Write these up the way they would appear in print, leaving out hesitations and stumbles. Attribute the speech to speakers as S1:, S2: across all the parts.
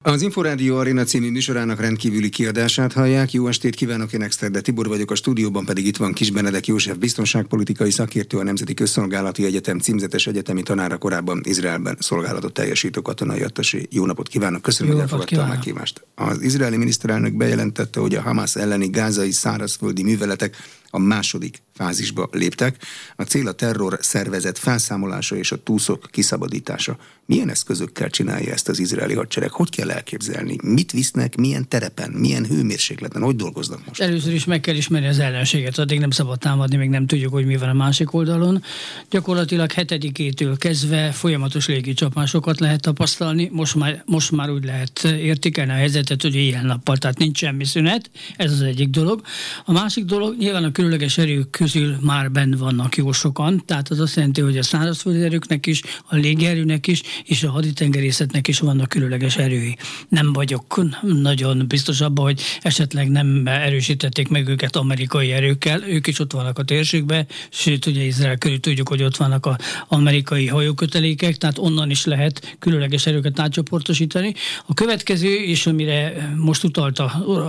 S1: Az Inforádió Arena című műsorának rendkívüli kiadását hallják. Jó estét kívánok, én Exterde Tibor vagyok, a stúdióban pedig itt van Kiss Benedek József biztonságpolitikai szakértő, a Nemzeti Közszolgálati Egyetem címzetes egyetemi tanára, korábban Izraelben szolgálatot teljesítő katonai attaché. Jó napot kívánok, köszönöm, hogy elfogadta a meghívást. Az izraeli miniszterelnök bejelentette, hogy a Hamász elleni gázai szárazföldi műveletek a második fázisba léptek. A cél a terror szervezet felszámolása és a túszok kiszabadítása. Milyen eszközökkel csinálja ezt az izraeli hadsereg? Hogy kell elképzelni? Mit visznek, milyen terepen, milyen hőmérsékleten? Hogy dolgoznak most?
S2: Először is meg kell ismerni az ellenséget, addig nem szabad támadni, még nem tudjuk, hogy mi van a másik oldalon. Gyakorlatilag 7-től kezdve folyamatos légicsapásokat lehet tapasztalni. Most már úgy lehet értékelni a helyzetet, hogy éjjel-nappal, tehát nincs semmi szünet. Ez az egyik dolog. A másik dolog, nyilván a különleges erők közül már benn vannak jó sokan, tehát az azt jelenti, hogy a szárazföldi erőknek is, a légierőnek is, és a haditengerészetnek is vannak különleges erői. Nem vagyok nagyon biztos abban, hogy esetleg nem erősítették meg őket amerikai erőkkel, ők is ott vannak a térségben, sőt, ugye Izrael körül tudjuk, hogy ott vannak az amerikai hajókötelékek, tehát onnan is lehet különleges erőket átcsoportosítani. A következő, és amire most utalta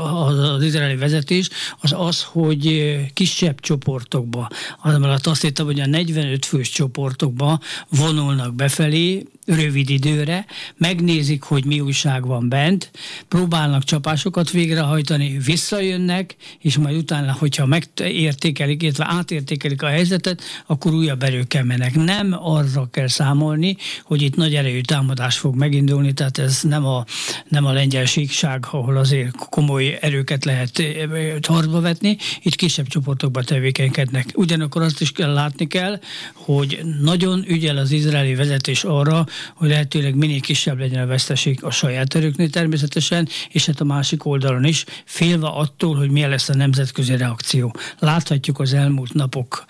S2: az izraeli vezetés, az, hogy kisebb csoportokba, alatt azt hittem, hogy a 45 fős csoportokba vonulnak befelé, rövid időre, megnézik, hogy mi újság van bent, próbálnak csapásokat végrehajtani, visszajönnek, és majd utána, hogyha megértékelik, illetve átértékelik a helyzetet, akkor újabb erőkkel mennek. Nem arra kell számolni, hogy itt nagy erejű támadás fog megindulni, tehát ez nem a lengyel síkság, ahol azért komoly erőket lehet harcba vetni, itt kisebb csoportokban tevékenykednek. Ugyanakkor azt is látni kell, hogy nagyon ügyel az izraeli vezetés arra, hogy lehetőleg minél kisebb legyen a veszteség a saját erőknél természetesen, és hát a másik oldalon is, félve attól, hogy milyen lesz a nemzetközi reakció. Láthatjuk az elmúlt napok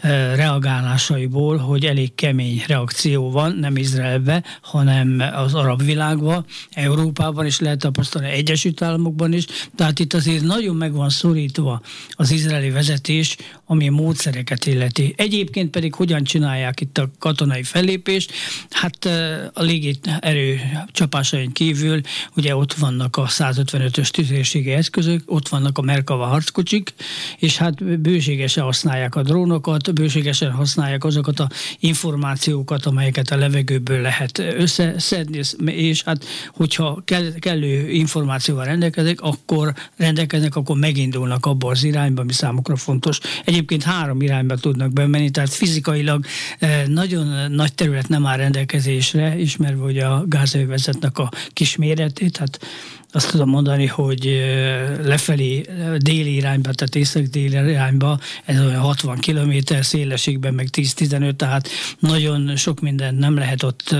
S2: reagálásaiból, hogy elég kemény reakció van, nem Izraelbe, hanem az arab világban, Európában is lehet tapasztalni, Egyesült Államokban is, tehát itt azért nagyon meg van szorítva az izraeli vezetés, ami a módszereket illeti. Egyébként pedig hogyan csinálják itt a katonai fellépést? Hát a légierő csapásain kívül ugye ott vannak a 155-ös tüzérségi eszközök, ott vannak a Merkava harckocsik, és hát bőségesen használják a drónokat, bőségesen használják azokat az információkat, amelyeket a levegőből lehet összeszedni, és hát hogyha kellő információval rendelkeznek, akkor megindulnak abba az irányba, ami számukra fontos. Egyébként 3 irányba tudnak bemenni, tehát fizikailag nagyon nagy terület nem áll rendelkezésre, ismerve, hogy a gázövezetnek a kis méretét, tehát azt tudom mondani, hogy lefelé déli irányba, tehát észak-déli irányba, ez olyan 60 kilométer, szélességben meg 10-15, tehát nagyon sok mindent nem lehet ott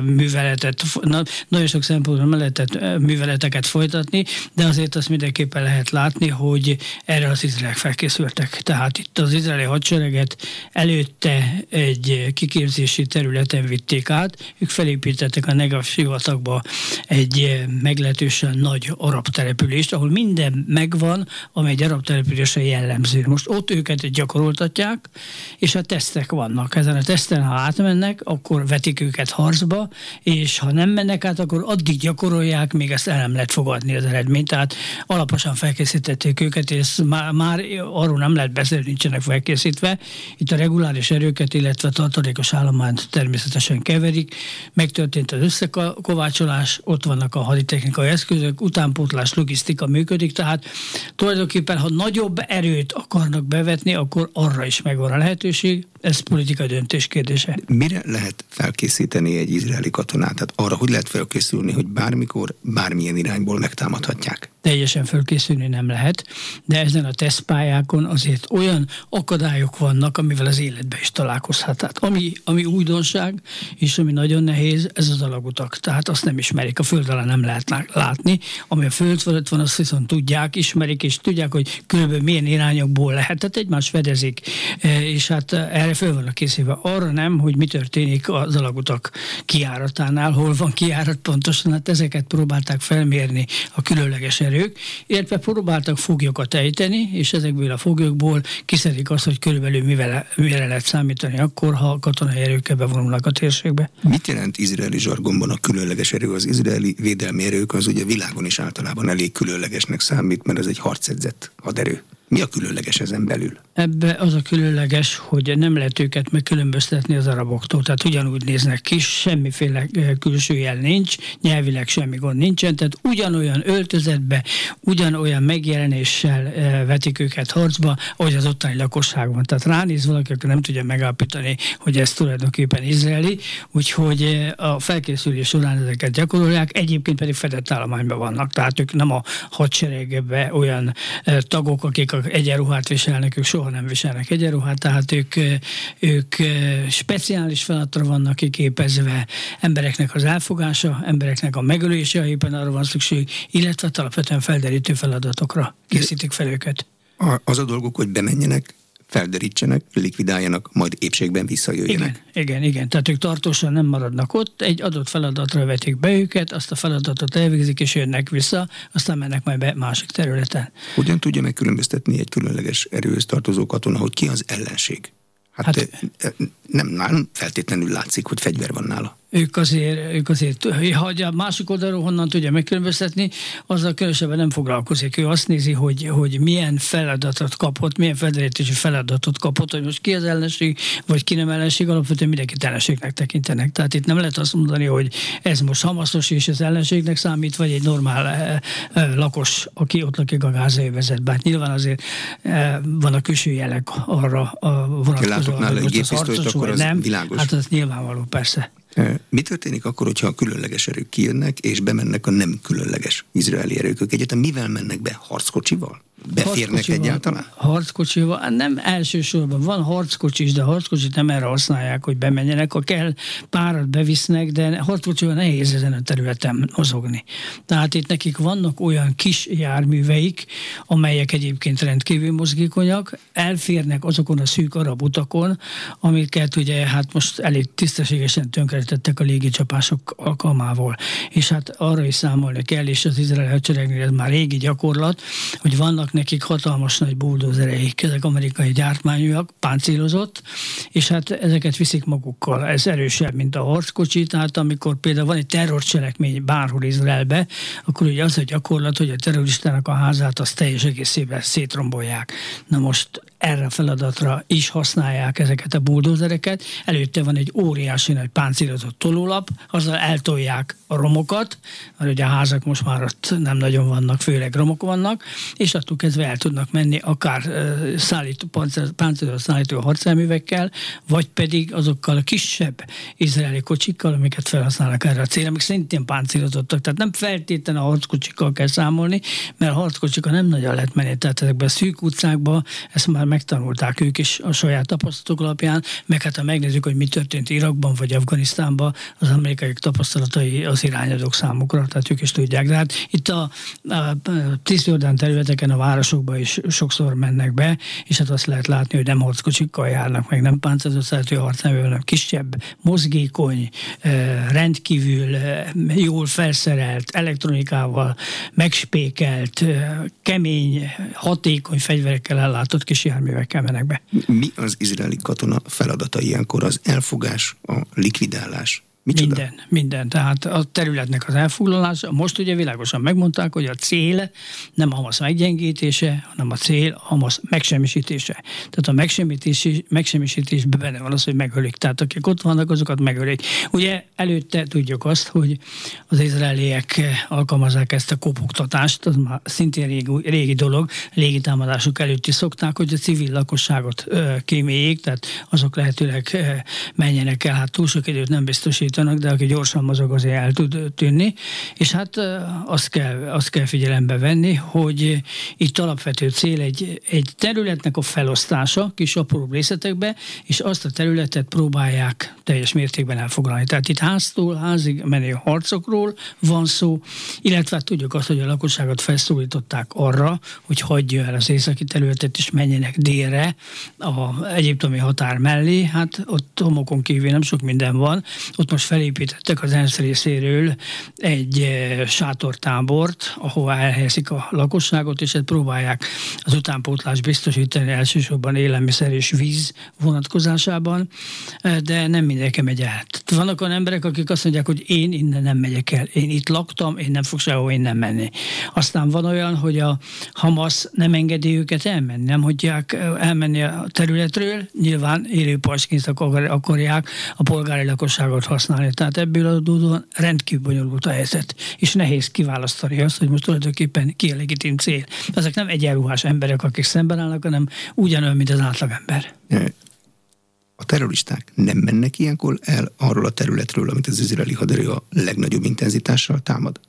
S2: nagyon sok szempontból nem lehetett műveleteket folytatni, de azért azt mindenképpen lehet látni, hogy erre az izraeliek felkészültek. Tehát itt az izraeli hadsereget előtte egy kiképzési területen vitték át, ők felépítettek a Negev sivatagba egy meglehetősen nagy arab települést, ahol minden megvan, amely egy arab településre jellemző. Most ott őket gyakoroltatják, és a tesztek vannak. Ezen a teszten, ha átmennek, akkor vetik őket harcba, és ha nem mennek át, akkor addig gyakorolják, még ezt el nem lehet fogadni az eredményt. Tehát alaposan felkészítették őket, és már arról nem lehet beszélni, nincsenek felkészítve. Itt a reguláris erőket, illetve a tartalékos állományt természetesen keverik. Megtörtént az összekovácsolás, ott vannak a haditechnikai eszközök, utánpótlás, logisztika működik, tehát tulajdonképpen, ha nagyobb erőt akarnak bevetni, akkor arra is megvan a lehetőség, ez politikai döntés kérdése.
S1: Mire lehet felkészíteni egy izraeli katonát? Tehát arra, hogy lehet felkészülni, hogy bármikor, bármilyen irányból megtámadhatják?
S2: Teljesen felkészülni nem lehet, de ezen a tesztpályákon azért olyan akadályok vannak, amivel az életben is találkozhat. Tehát ami újdonság, és ami nagyon nehéz, ez az alagutak. Tehát azt nem ismerik, a föld alá nem lehet látni. Ami a föld fölött van, azt viszont tudják, ismerik, és tudják, hogy körülbelül milyen irányokból lehet. Tehát egymást fedezik, és hát erre föl vannak készülve. Arra nem, hogy mi történik az alagutak kijáratánál, hol van kijárat pontosan, hát ezeket próbálták felmérni a különleges erők, illetve próbáltak foglyokat ejteni, és ezekből a foglyokból kiszedik azt, hogy körülbelül mire lehet számítani akkor, ha katonai erőkkel bevonulnak a térségbe.
S1: Mit jelent izraeli zsargonban a különleges erő? Az izraeli védelmi erők az ugye világon is általában elég különlegesnek számít, mert ez egy harcedzett haderő. Mi a különleges ezen belül?
S2: Ebbe az a különleges, hogy nem lehet őket megkülönböztetni az araboktól. Tehát ugyanúgy néznek ki, semmiféle külső jel nincs, nyelvileg semmi gond nincsen, tehát ugyanolyan öltözetbe, ugyanolyan megjelenéssel vetik őket harcba, ahogy az ottani lakosság van. Tehát ránéz valaki, akkor nem tudja megállapítani, hogy ez tulajdonképpen izraeli, úgyhogy a felkészülés során ezeket gyakorolják, egyébként pedig fedett állományban vannak. Tehát ők nem a hadseregbe olyan tagok, akik egyenruhát viselnek, ők soha nem viselnek egyenruhát, tehát ők speciális feladatra vannak kiképezve, embereknek az elfogása, embereknek a megölése, ha éppen arra van szükség, illetve alapvetően felderítő feladatokra készítik fel őket.
S1: Az a dolgok, hogy bemenjenek, felderítsenek, likvidáljanak, majd épségben visszajöjjenek.
S2: Igen. Tehát ők tartósan nem maradnak ott, egy adott feladatra vetik be őket, azt a feladatot elvégzik, és jönnek vissza, aztán mennek majd be másik területen.
S1: Hogyan tudja megkülönböztetni egy különleges erőhöz tartozó katona, hogy ki az ellenség? Hát nem feltétlenül látszik, hogy fegyver van nála.
S2: Ők azért, ha a másik oldalról honnan tudja megkülönböztetni, azzal különösebben nem foglalkozik. Ő azt nézi, hogy milyen feladatot kapott, milyen felderítési feladatot kapott, hogy most ki az ellenség, vagy ki nem ellenség, alapvetően mindenkit ellenségnek tekintenek. Tehát itt nem lehet azt mondani, hogy ez most Hamaszos és az ellenségnek számít, vagy egy normál lakos, aki ott lakik a gázai övezetben. Hát nyilván azért van a külső jelek arra vonatkozóan, hogy az harcos, vagy nem.
S1: Világos.
S2: Hát az nyilvánvaló, persze.
S1: Mi történik akkor, hogyha a különleges erők kijönnek, és bemennek a nem különleges izraeli erők? Ők egyetem mivel mennek be? Harckocsival? Beférnek egyáltalán?
S2: Harckocsival, nem elsősorban. Van harckocsi is, de a harckocsit nem erre használják, hogy bemenjenek. Ha kell, párat bevisznek, de harckocsival nehéz ezen a területen mozogni. Tehát itt nekik vannak olyan kis járműveik, amelyek egyébként rendkívül mozgékonyak, elférnek azokon a szűk arab utakon, amiket ugye hát most elég tisztességesen tönkretettek a légicsapások alkalmával. És hát arra is számolni kell, és az izraeli hadseregnél ez már régi gyakorlat, hogy vannak nekik hatalmas nagy buldózereik, ezek amerikai gyártmányúak, páncélozott, és hát ezeket viszik magukkal. Ez erősebb, mint a harckocsi, tehát amikor például van egy terrorcselekmény bárhol Izraelbe, akkor ugye az a gyakorlat, hogy a terroristának a házát azt teljes egészében szétrombolják. Na most erre a feladatra is használják ezeket a buldózereket. Előtte van egy óriási nagy páncélozott tolólap, azzal eltolják a romokat, mert ugye a házak most már ott nem nagyon vannak, főleg romok vannak, és attól kezdve el tudnak menni akár páncélozott szállító harcjárművekkel, vagy pedig azokkal a kisebb izraeli kocsikkal, amiket felhasználnak erre a célra, amik szintén páncélozottak. Tehát nem feltétlenül a harckocsikkal kell számolni, mert a harckocsikkal nem nagyon lehet menni. Tehát ezekben a szűk utcákban ezt már megtanulták ők is a saját tapasztalatok alapján, meg hát ha megnézzük, hogy mi történt Irakban vagy Afganisztánban, az amerikai tapasztalatai az irányadók számukra, tehát ők is tudják. De hát itt a Cisjordán területeken, a városokban is sokszor mennek be, és hát azt lehet látni, hogy nem harckocsikkal járnak, meg nem páncélozott szállító harcjárművel, hanem kisebb, mozgékony, rendkívül jól felszerelt, elektronikával megspékelt, kemény, hatékony fegyverekkel ellátott kis járművekkel mennek be.
S1: Mi az izraeli katona feladata ilyenkor? Az elfogás, a likvidálás?
S2: Minden. Tehát a területnek az elfoglalása. Most ugye világosan megmondták, hogy a cél nem a Hamasz meggyengítése, hanem a cél a Hamasz megsemmisítése. Tehát a megsemmisítésben benne van az, hogy megölik. Tehát akik ott vannak, azokat megölik. Ugye előtte tudjuk azt, hogy az izraeliek alkalmazzák ezt a kopogtatást, az már szintén régi dolog, légitámadások előtt is szokták, hogy a civil lakosságot kíméljék, tehát azok lehetőleg menjenek el, hát túl sok időt nem biztosít, de aki gyorsan mozog, azért el tud tűnni. És hát azt kell figyelembe venni, hogy itt alapvető cél egy területnek a felosztása kis apró részletekbe, és azt a területet próbálják teljes mértékben elfoglalni. Tehát itt háztól házig menő harcokról van szó, illetve tudjuk azt, hogy a lakosságot felszólították arra, hogy hagyja el az északi területet, és menjenek délre a egyiptomi határ mellé. Hát ott homokon kívül nem sok minden van. Ott most felépítettek az ENSZ részéről egy sátortábort, ahova elhelyezik a lakosságot, és próbálják az utánpótlást biztosítani elsősorban élelmiszer és víz vonatkozásában, de nem mindenki megy el. Vannak olyan emberek, akik azt mondják, hogy én innen nem megyek el, én itt laktam, én nem fog sehova innen menni. Aztán van olyan, hogy a Hamas nem engedi őket elmenni, nem hagyják elmenni a területről, nyilván élő pajzsként akarják a polgári lakosságot használni. Tehát ebből adódóan rendkívül bonyolult a helyzet, és nehéz kiválasztani azt, hogy most tulajdonképpen ki a legitim cél. Ezek nem egyenruhás emberek, akik szemben állnak, hanem ugyanolyan, mint az átlagember.
S1: A terroristák nem mennek ilyenkor el arról a területről, amit az izraeli haderő a legnagyobb intenzitással támad?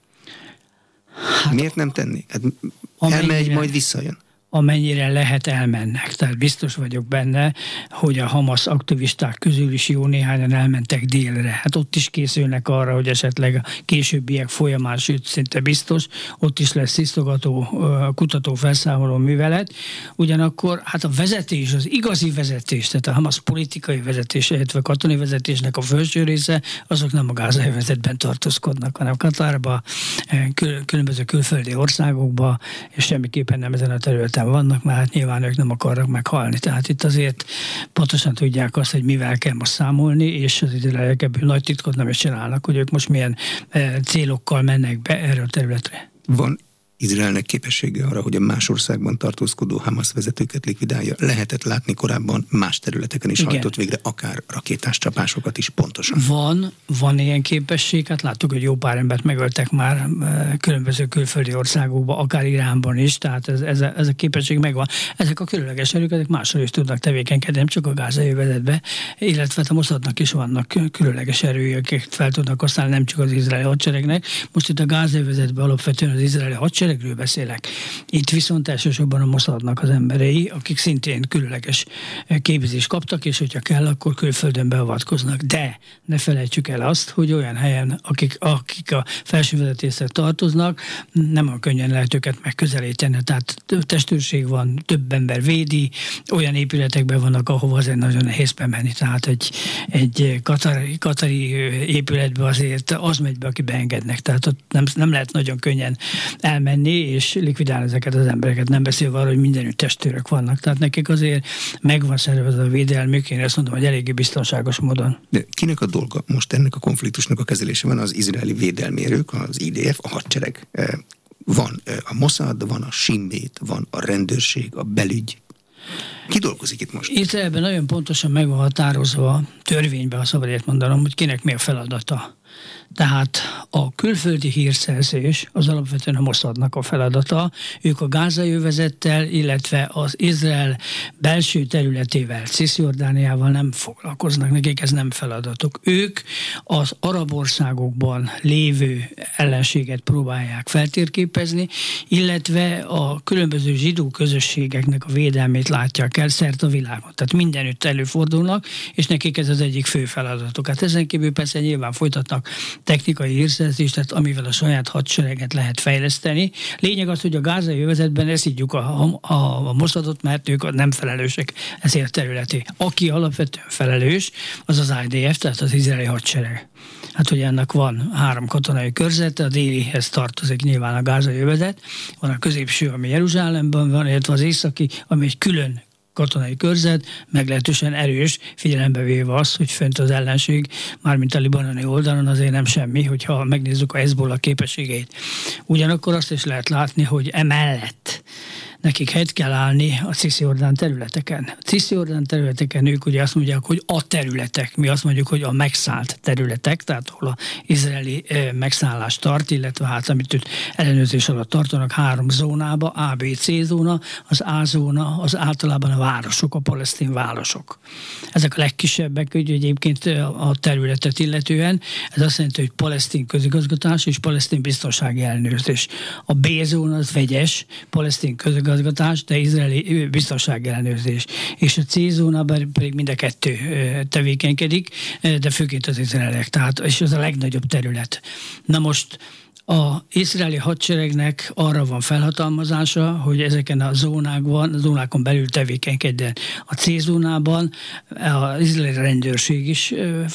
S1: Hát, miért nem tenni? Hát elmegy, majd visszajön.
S2: Amennyire lehet elmennek. Tehát biztos vagyok benne, hogy a Hamas aktivisták közül is jó néhányan elmentek délre. Hát ott is készülnek arra, hogy esetleg a későbbiek folyamán, sőt, szinte biztos, ott is lesz tisztogató, kutató, felszámoló művelet. Ugyanakkor hát a vezetés, az igazi vezetés, tehát a Hamas politikai vezetés, illetve katonai vezetésnek a felső része, azok nem a gázai övezetben tartózkodnak, hanem Katárba, különböző külföldi országokba, és semmiképpen nem ezen a területen vannak, mert hát nyilván ők nem akarnak meghalni. Tehát itt azért pontosan tudják azt, hogy mivel kell most számolni, és az izraeliek ebből nagy titkot nem is csinálnak, hogy ők most milyen célokkal mennek be erre a területre.
S1: Van Izraelnek képessége arra, hogy a más országban tartózkodó Hamas vezetőket likvidálja? Lehetett látni korábban más területeken is hajtott végre akár rakétás csapásokat is pontosan.
S2: Van ilyen képesség, hát láttuk, hogy jó pár embert megöltek már különböző külföldi országokban, akár Iránban is, tehát ez a képesség megvan. Ezek a különleges erők, ezek máshol is tudnak tevékenykedni, nem csak a gázai övezetbe, illetve a Mossadnak is vannak különleges erői, akik fel tudnak használni, nem csak az izraeli hadseregnek. Most itt a gázai övezetben alapvetően az izraeli hadseregről beszélek. Itt viszont elsősorban a Mossadnak az emberei, akik szintén különleges képzést kaptak, és hogyha kell, akkor külföldön beavatkoznak. De ne felejtsük el azt, hogy olyan helyen, akik a felső vezetésre tartoznak, nem olyan könnyen lehet őket megközelíteni. Tehát több testőrség van, több ember védi, olyan épületekben vannak, ahova azért nagyon nehéz bemenni. Tehát egy katari épületbe azért az megy be, aki beengednek. Tehát ott nem lehet nagyon könnyen elmenni és likvidálni ezeket az embereket. Nem beszélve arra, hogy mindenütt testőrök vannak. Tehát nekik azért megvan szervezve a védelmük, én azt mondom, hogy eléggé biztonságos módon.
S1: De kinek a dolga most ennek a konfliktusnak a kezelése van? Az izraeli védelmi erők, az IDF, a hadsereg. Van a Mossad, van a Shin Bet, van a rendőrség, a belügy. Ki dolgozik itt most?
S2: Izraelben nagyon pontosan meg van határozva törvényben, ha szabad ilyet mondanom, hogy kinek mi a feladata. Tehát a külföldi hírszerzés az alapvetően a Mossadnak a feladata. Ők a gázai övezettel, illetve az Izrael belső területével, Cisjordániával nem foglalkoznak, nekik ez nem feladatuk. Ők az arab országokban lévő ellenséget próbálják feltérképezni, illetve a különböző zsidó közösségeknek a védelmét látják el szerte a világon. Tehát mindenütt előfordulnak, és nekik ez az egyik fő feladatuk. Hát ezen kívül persze nyilván folytatnak technikai hírszerzést, tehát amivel a saját hadsereget lehet fejleszteni. Lényeg az, hogy a gázai övezetben eszidjuk a Mossadot, mert ők nem felelősek ezért területé. Aki alapvetően felelős, az az IDF, tehát az izraeli hadsereg. Hát ugye ennek van 3 katonai körzete, a délihez tartozik nyilván a gázai övezet, van a középső, ami Jeruzsálemben van, illetve az északi, ami egy külön katonai körzet, meglehetősen erős, figyelembe véve azt, hogy fönt az ellenség, mármint a libanoni oldalon azért nem semmi, hogyha megnézzük a Hezbollah képességeit. Ugyanakkor azt is lehet látni, hogy emellett nekik helyt kell állni a Cisjordán területeken. A Cisjordán területeken ők ugye azt mondják, hogy a területek, mi azt mondjuk, hogy a megszállt területek, tehát ahol az izraeli megszállás tart, illetve hát amit ők ellenőrzés alatt tartanak 3 zónába, A, B, C zóna, az A zóna, az általában a városok, a palesztin városok. Ezek a legkisebbek, ugye egyébként a területet illetően, ez azt jelenti, hogy palesztin közigazgatás és palesztin biztonsági ellenőrzés. A B zóna az vegyes, palesztin közigazgatás, de izraeli biztonsági ellenőrzés. És a C-zónában pedig mind a 2 tevékenykedik, de főként az izraeliek. Tehát, és ez a legnagyobb terület. Na most Az izraeli hadseregnek arra van felhatalmazása, hogy ezeken a zónákon belül tevékenykedjen. A C-zónában az izraeli rendőrség is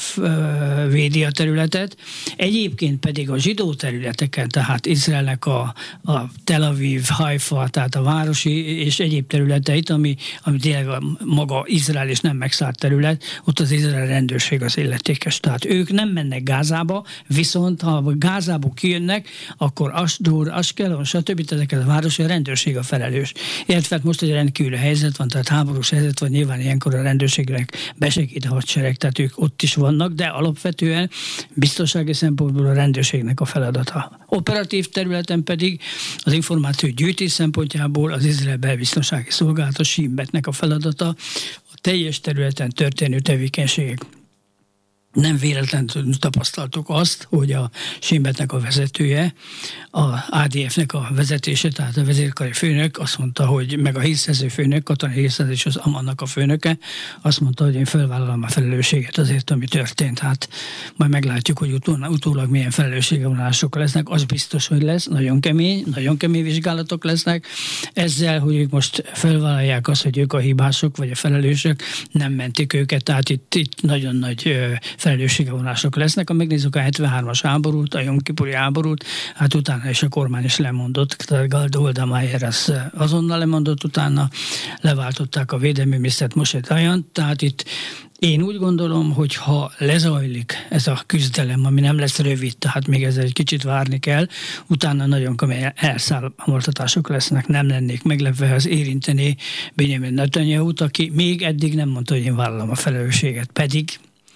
S2: védi a területet. Egyébként pedig a zsidó területeken, tehát Izraelnek a Tel Aviv, Haifa, tehát a városi és egyéb területeit, ami tényleg maga Izrael és nem megszállt terület, ott az izraeli rendőrség az illetékes. Tehát ők nem mennek Gázába, viszont ha Gázába kijönnek, akkor Asdod, Askelon, stb. Ezeket a városi a rendőrség a felelős. Illetve most egy rendkívüli helyzet van, tehát háborús helyzet van, nyilván ilyenkor a rendőrségnek besegít a hadsereg, tehát ők ott is vannak, de alapvetően biztonsági szempontból a rendőrségnek a feladata. Operatív területen pedig az információ gyűjtés szempontjából az Izrael belbiztonsági szolgálat, a Shin Bet-nek a feladata, a teljes területen történő tevékenységek. Nem véletlenül tapasztaltuk azt, hogy a Shin Bet-nek a vezetője, a ADF-nek a vezetése, tehát a vezérkari főnök azt mondta, hogy meg a hírszerző főnök, katonai hírszerzés az Amannak a főnöke, azt mondta, hogy én felvállalom a felelősséget azért, ami történt. Hát majd meglátjuk, hogy utólag milyen felelősségvonások lesznek. Az biztos, hogy lesz, nagyon kemény vizsgálatok lesznek. Ezzel, hogy ők most felvállalják azt, hogy ők a hibások vagy a felelősök, nem mentik őket, tehát itt nagyon nagy felelősségvonások lesznek. Ha megnézzük a 73-as háborút, a Jom Kipuri háborút, hát utána is a kormány is lemondott, tehát Golda Meir azonnal lemondott, utána leváltották a védelmi minisztert, Moshe Dayan, tehát itt én úgy gondolom, hogy ha lezajlik ez a küzdelem, ami nem lesz rövid, tehát még ezzel egy kicsit várni kell, utána nagyon kemény elszámoltatások lesznek, nem lennék meglepve, ha az érinteni Benjamin Netanyahut, aki még eddig nem mondta, hogy én vállalom a felelősséget, pedig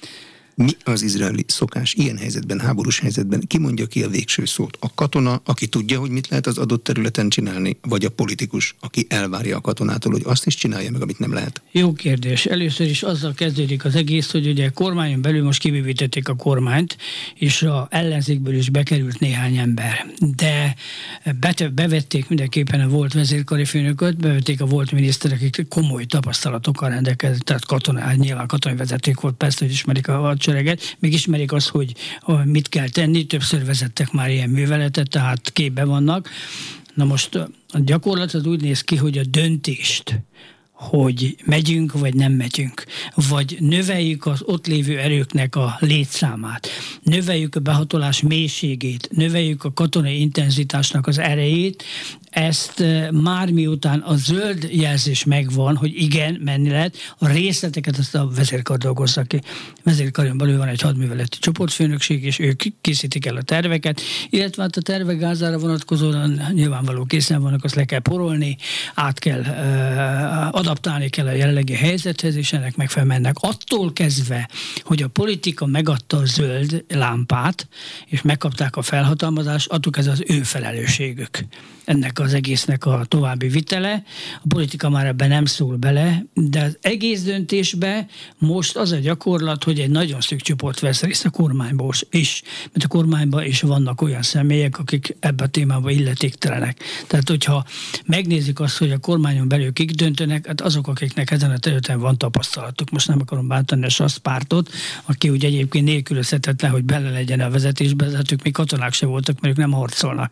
S1: mi az izraeli szokás ilyen helyzetben, háborús helyzetben? Ki mondja ki a végső szót? A katona, aki tudja, hogy mit lehet az adott területen csinálni, vagy a politikus, aki elvárja a katonától, hogy azt is csinálja meg, amit nem lehet?
S2: Jó kérdés. Először is azzal kezdődik az egész, hogy ugye kormányon belül most kibővítették a kormányt, és az ellenzékből is bekerült néhány ember. De bevették mindenképpen a volt vezérkari főnököt, bevették a volt miniszterek, akik komoly tapasztalatokkal rendelkeztek, tehát nyilván katonai vezeték volt, persze, hogy ismerik a még ismerik azt, hogy mit kell tenni, többször vezettek már ilyen műveletet, tehát képbe vannak. Na most a gyakorlat az úgy néz ki, hogy a döntést, hogy megyünk, vagy nem megyünk, vagy növeljük az ott lévő erőknek a létszámát, növeljük a behatolás mélységét, növeljük a katonai intenzitásnak az erejét, ezt már miután a zöld jelzés megvan, hogy igen, menni lehet, a részleteket azt a vezérkar dolgozza ki. Vezérkaron belül van egy hadműveleti csoportfőnökség, és ők készítik el a terveket, illetve hát a tervek Gázára vonatkozóan nyilvánvaló készen vannak, azt le kell porolni, át kell adaptálni kell a jelenlegi helyzethez, és ennek megfelelően mennek. Attól kezdve, hogy a politika megadta a zöld lámpát, és megkapták a felhatalmazást, attól ez az ő felelősségük. Ennek az egésznek a további vitele. A politika már ebben nem szól bele, de az egész döntésben most az a gyakorlat, hogy egy nagyon szűk csoport vesz részt a kormányból is, mert a kormányban is vannak olyan személyek, akik ebben a témában illetéktelenek. Tehát, hogyha megnézzük azt, hogy a kormányon belül kik döntenek, hát azok, akiknek ezen a területen van tapasztalatuk. Most nem akarom bántani a SZASZ pártot, aki ugye egyébként nélkülözhetetlen, hogy bele legyen a vezetésbe, de hát ők még katonák se voltak, mert ők nem harcolnak.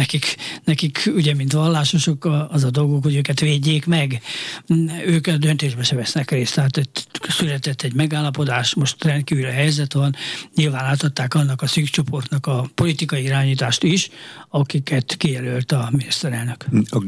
S2: Nekik ugye, mint vallásosok, az a dolgok, hogy őket védjék meg. Ők a döntésbe se vesznek részt. Tehát született egy megállapodás, most rendkívüli helyzet van. Nyilván átadták annak a szűk csoportnak a politikai irányítást is, akiket kijelölt a miniszterelnök.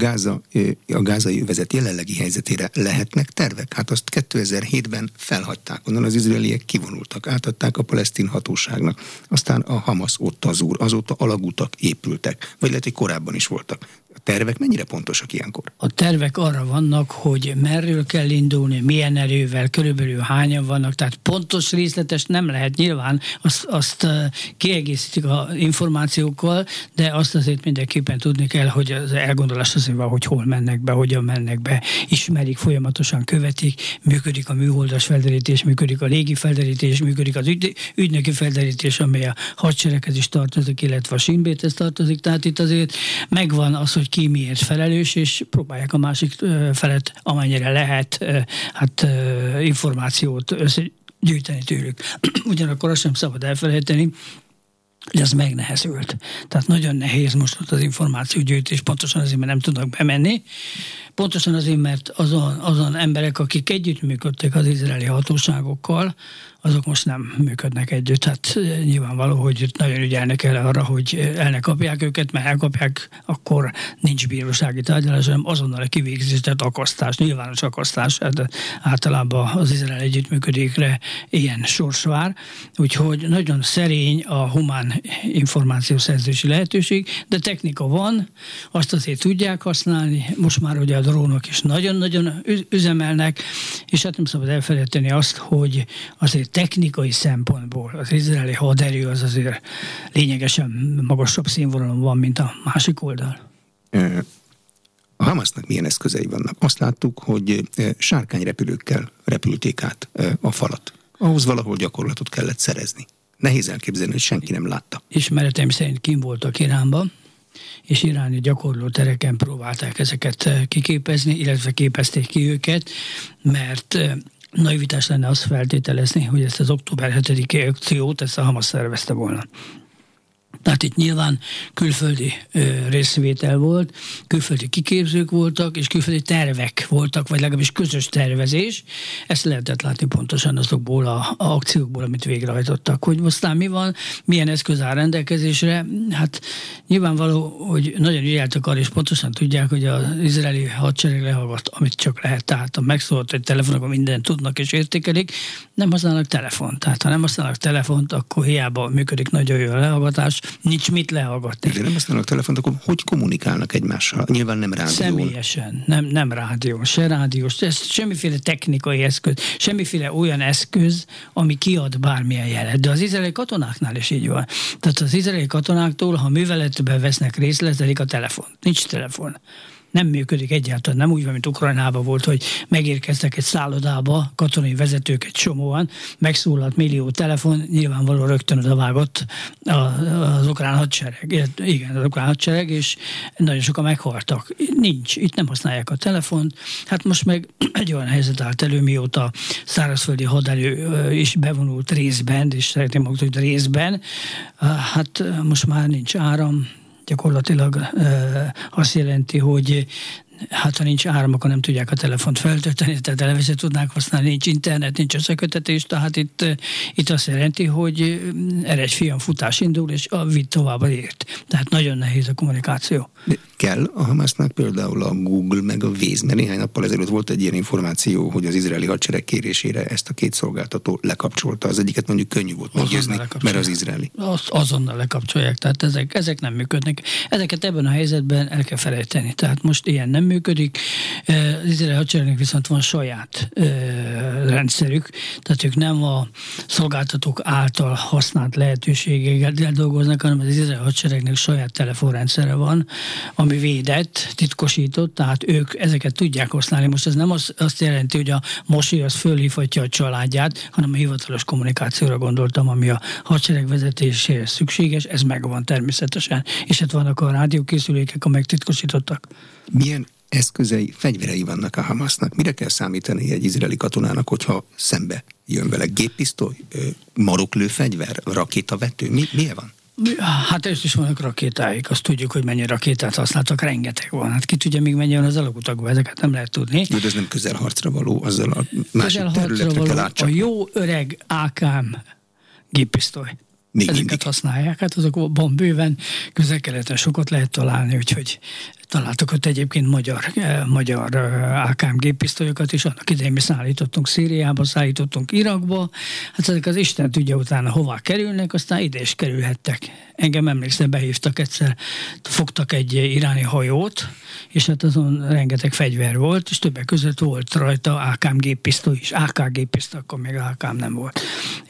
S1: A gázai övezet jelenlegi helyzetére lehetnek tervek? Hát azt 2007-ben felhagyták, onnan az izraeliek kivonultak, átadták a palesztin hatóságnak. Aztán a Hamas ott azóta alagutak épültek, vagy lehet, hogy korábban is voltak. A tervek mennyire pontosak ilyenkor?
S2: A tervek arra vannak, hogy merről kell indulni, milyen erővel, körülbelül hányan vannak, tehát pontos, részletes nem lehet nyilván, azt kiegészítik az információkkal, de azt azért mindenképpen tudni kell, hogy az elgondolás azért van, hogy hol mennek be, hogyan mennek be, ismerik, folyamatosan követik, működik a műholdas felderítés, működik a légi felderítés, működik az ügynöki felderítés, amely a hadsereghez is tartozik, illetve a Shin Bet-hez tartozik, tehát itt azért megvan az, hogy ki miért felelős, és próbálják a másik felet, amennyire lehet, információt összegyűjteni tőlük. Ugyanakkor azt sem szabad elfelejteni, hogy ez megnehezült. Tehát nagyon nehéz most ott az információgyűjtés, pontosan azért, mert nem tudnak bemenni. Pontosan azért, mert azon emberek, akik együttműködtek az izraeli hatóságokkal, azok most nem működnek együtt. Hát nyilvánvaló, hogy nagyon ügyelnek el arra, hogy el ne kapják őket, mert elkapják, akkor nincs bírósági tárgyalás, hanem azonnal a kivégzést, akasztás, nyilvános akasztás. Hát általában az Izrael együttműködékre ilyen sors vár. Úgyhogy nagyon szerény a humán információszerzési lehetőség, de technika van, azt azért tudják használni. Most már ugye a drónok is nagyon-nagyon üzemelnek, és hát nem szabad elfelejteni azt, hogy azért technikai szempontból az izraeli haderő az azért lényegesen magasabb színvonalon van, mint a másik oldal.
S1: A Hamasnak milyen eszközei vannak? Azt láttuk, hogy sárkányrepülőkkel repülték át a falat. Ahhoz valahol gyakorlatot kellett szerezni. Nehéz elképzelni, hogy senki nem látta.
S2: Ismereteim szerint kim voltak Iránban, és iráni gyakorló tereken próbálták ezeket kiképezni, illetve képezték ki őket, mert naivitás lenne azt feltételezni, hogy ezt az október 7-i akciót ezt a Hamas szervezte volna. Tehát itt nyilván külföldi részvétel volt, külföldi kiképzők voltak, és külföldi tervek voltak, vagy legalábbis közös tervezés. Ezt lehetett látni pontosan azokból az akciókból, amit végrehajtottak. Hogy aztán mi van, milyen eszköz áll rendelkezésre, hát nyilvánvaló, hogy nagyon ügyeltek arra, és pontosan tudják, hogy az izraeli hadsereg lehallgat, amit csak lehet. Tehát a megszólalt egy telefonokon mindent tudnak és értékelik, nem használnak telefont. Tehát ha nem használnak telefont, akkor hiába működik nagyon jó a lehallgatás, nincs mit lehallgatni.
S1: De nem használnak telefont, akkor hogy kommunikálnak egymással? Nyilván nem rádión.
S2: Személyesen, nem rádió, se rádiós, ez semmiféle technikai eszköz, semmiféle olyan eszköz, ami kiad bármilyen jelet. De az izraeli katonáknál is így van. Tehát az izraeli katonáktól, ha műveletben vesznek részt, lezelik a telefon. Nincs telefon. Nem működik egyáltalán, nem úgy van, mint Ukrajnában volt, hogy megérkeztek egy szállodába, katonai vezetők egy csomóan, megszólalt millió telefon, nyilvánvalóan rögtön odavágott az ukrán hadsereg. Igen, az ukrán hadsereg, és nagyon sokan meghaltak. Nincs, itt nem használják a telefont. Hát most meg egy olyan helyzet állt elő, mióta szárazföldi haderő is bevonult részben, és szeretném mondani, hogy részben, hát most már nincs áram, gyakorlatilag azt jelenti, hogy hát ha nincs áram, akkor nem tudják a telefont feltölteni, tehát eleve se tudnák használni, nincs internet, nincs összekötetés, tehát itt azt jelenti, hogy erre egy fiam futás indul, és vidd tovább ért. Tehát nagyon nehéz a kommunikáció.
S1: De kell a Hamasnak például a Google meg a Waze, mert néhány nappal ezelőtt volt egy ilyen információ, hogy az izraeli hadsereg kérésére ezt a két szolgáltató lekapcsolta. Az egyiket mondjuk könnyű volt meggyőzni, mert az izraeli.
S2: Azonnal lekapcsolják, tehát ezek nem működnek. Ezeket ebben a helyzetben el kell felejteni. Tehát most ilyen nem működik. Az izraeli hadseregnek viszont van saját rendszerük, tehát ők nem a szolgáltatók által használt lehetőségekkel dolgoznak, hanem az izraeli hadseregnek saját telefonrendszere van, ami védett, titkosított, tehát ők ezeket tudják használni. Most ez nem azt jelenti, hogy a mosi az fölhívhatja a családját, hanem a hivatalos kommunikációra gondoltam, ami a hadsereg vezetéséhez szükséges, ez megvan természetesen. És hát vannak a rádiókészülékek, amelyek titkosítottak.
S1: Milyen eszközei, fegyverei vannak a Hamasnak? Mire kell számítani egy izraeli katonának, hogyha szembe jön vele? Géppisztoly, maroklőfegyver, rakétavető? Milyen van?
S2: Hát ezt is vannak rakétáik, azt tudjuk, hogy mennyi rakétát használtak, rengeteg van. Hát ki tudja, még mennyi van az alagutakban, ezeket nem lehet tudni.
S1: De ez nem közelharcra való, azzal a másik területre kell átcsapni.
S2: A jó öreg AKM géppisztoly. Ezeket használják, hát azokban bőven Közel-Keleten sokat lehet találni, úgyhogy találtak ott egyébként magyar AKM géppisztolyokat is, annak idején mi szállítottunk Szíriába, szállítottunk Irakba, hát ezek az Isten tudja utána hová kerülnek, aztán ide is kerülhettek. Engem emlékszem, behívtak egyszer, fogtak egy iráni hajót, és hát azon rengeteg fegyver volt, és többek között volt rajta AKM géppisztoly is, AK géppisztoly, akkor még AKM nem volt.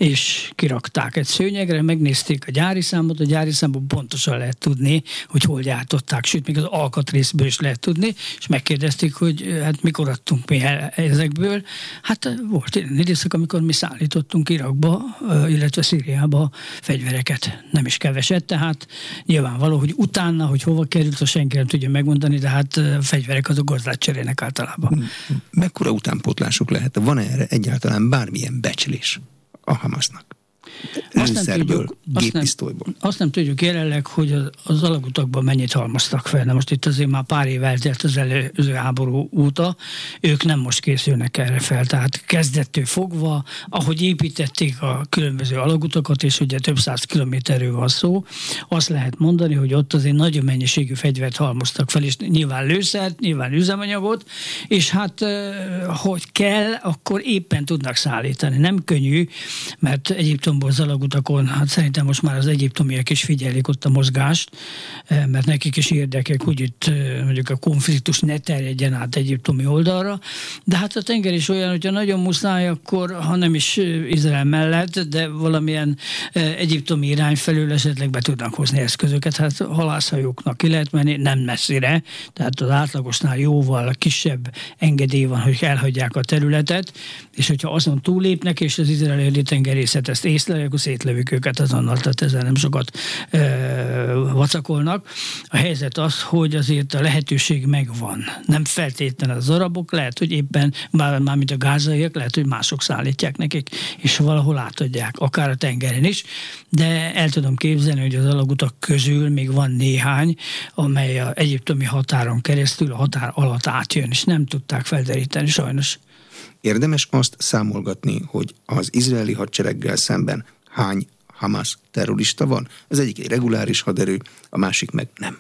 S2: És kirakták egy szőnyegre, megnézték a gyári számot, a gyári számból pontosan lehet tudni, hogy hol gyártották, sőt, még az alkatrészből is lehet tudni, és megkérdezték, hogy hát mikor adtunk mi ezekből. Hát volt egy időszak, amikor mi szállítottunk Irakba, illetve Szíriába fegyvereket, nem is keveset, tehát nyilvánvaló, hogy utána, hogy hova került, azt senki nem tudja megmondani, de hát fegyverek azok gazdát cserélnek általában.
S1: Mekkora utánpótlásuk lehet? Van erre egyáltalán bármilyen becslés a Hamasnak? lőszerből, géppisztolyból.
S2: Azt nem tudjuk jelenleg, hogy az alagutakban mennyit halmoztak fel. Na most itt azért már pár év eltelt az előző háború óta, ők nem most készülnek erre fel. Tehát kezdettől fogva, ahogy építették a különböző alagutakat, és ugye több száz kilométerről van szó, azt lehet mondani, hogy ott azért nagyon mennyiségű fegyvert halmoztak fel, és nyilván lőszert, nyilván üzemanyagot, és hát, hogy kell, akkor éppen tudnak szállítani. Nem könnyű, mert Egyiptomból az alagutakon, hát szerintem most már az egyiptomiak is figyelik ott a mozgást, mert nekik is érdekek, hogy itt mondjuk a konfliktus ne terjedjen át egyiptomi oldalra, de hát a tenger is olyan, hogyha nagyon muszáj, akkor, ha nem is Izrael mellett, de valamilyen egyiptomi irány felül esetleg be tudnak hozni eszközöket. Hát halászhajóknak ki lehet menni, nem messzire, tehát az átlagosnál jóval kisebb engedély van, hogy elhagyják a területet, és hogyha azon túlépnek, és az izraeli haditengerészet ezt észlelje, akkor szétlövik őket azonnal, tehát ezzel nem sokat vacakolnak. A helyzet az, hogy azért a lehetőség megvan. Nem feltétlenül az arabok, lehet, hogy éppen, mármint a gázaiak, lehet, hogy mások szállítják nekik, és valahol átadják, akár a tengeren is, de el tudom képzelni, hogy az alagutak közül még van néhány, amely az egyiptomi határon keresztül a határ alatt átjön, és nem tudták felderíteni sajnos.
S1: Érdemes azt számolgatni, hogy az izraeli hadsereggel szemben hány Hamas terrorista van? Az egyik egy reguláris haderő, a másik meg nem.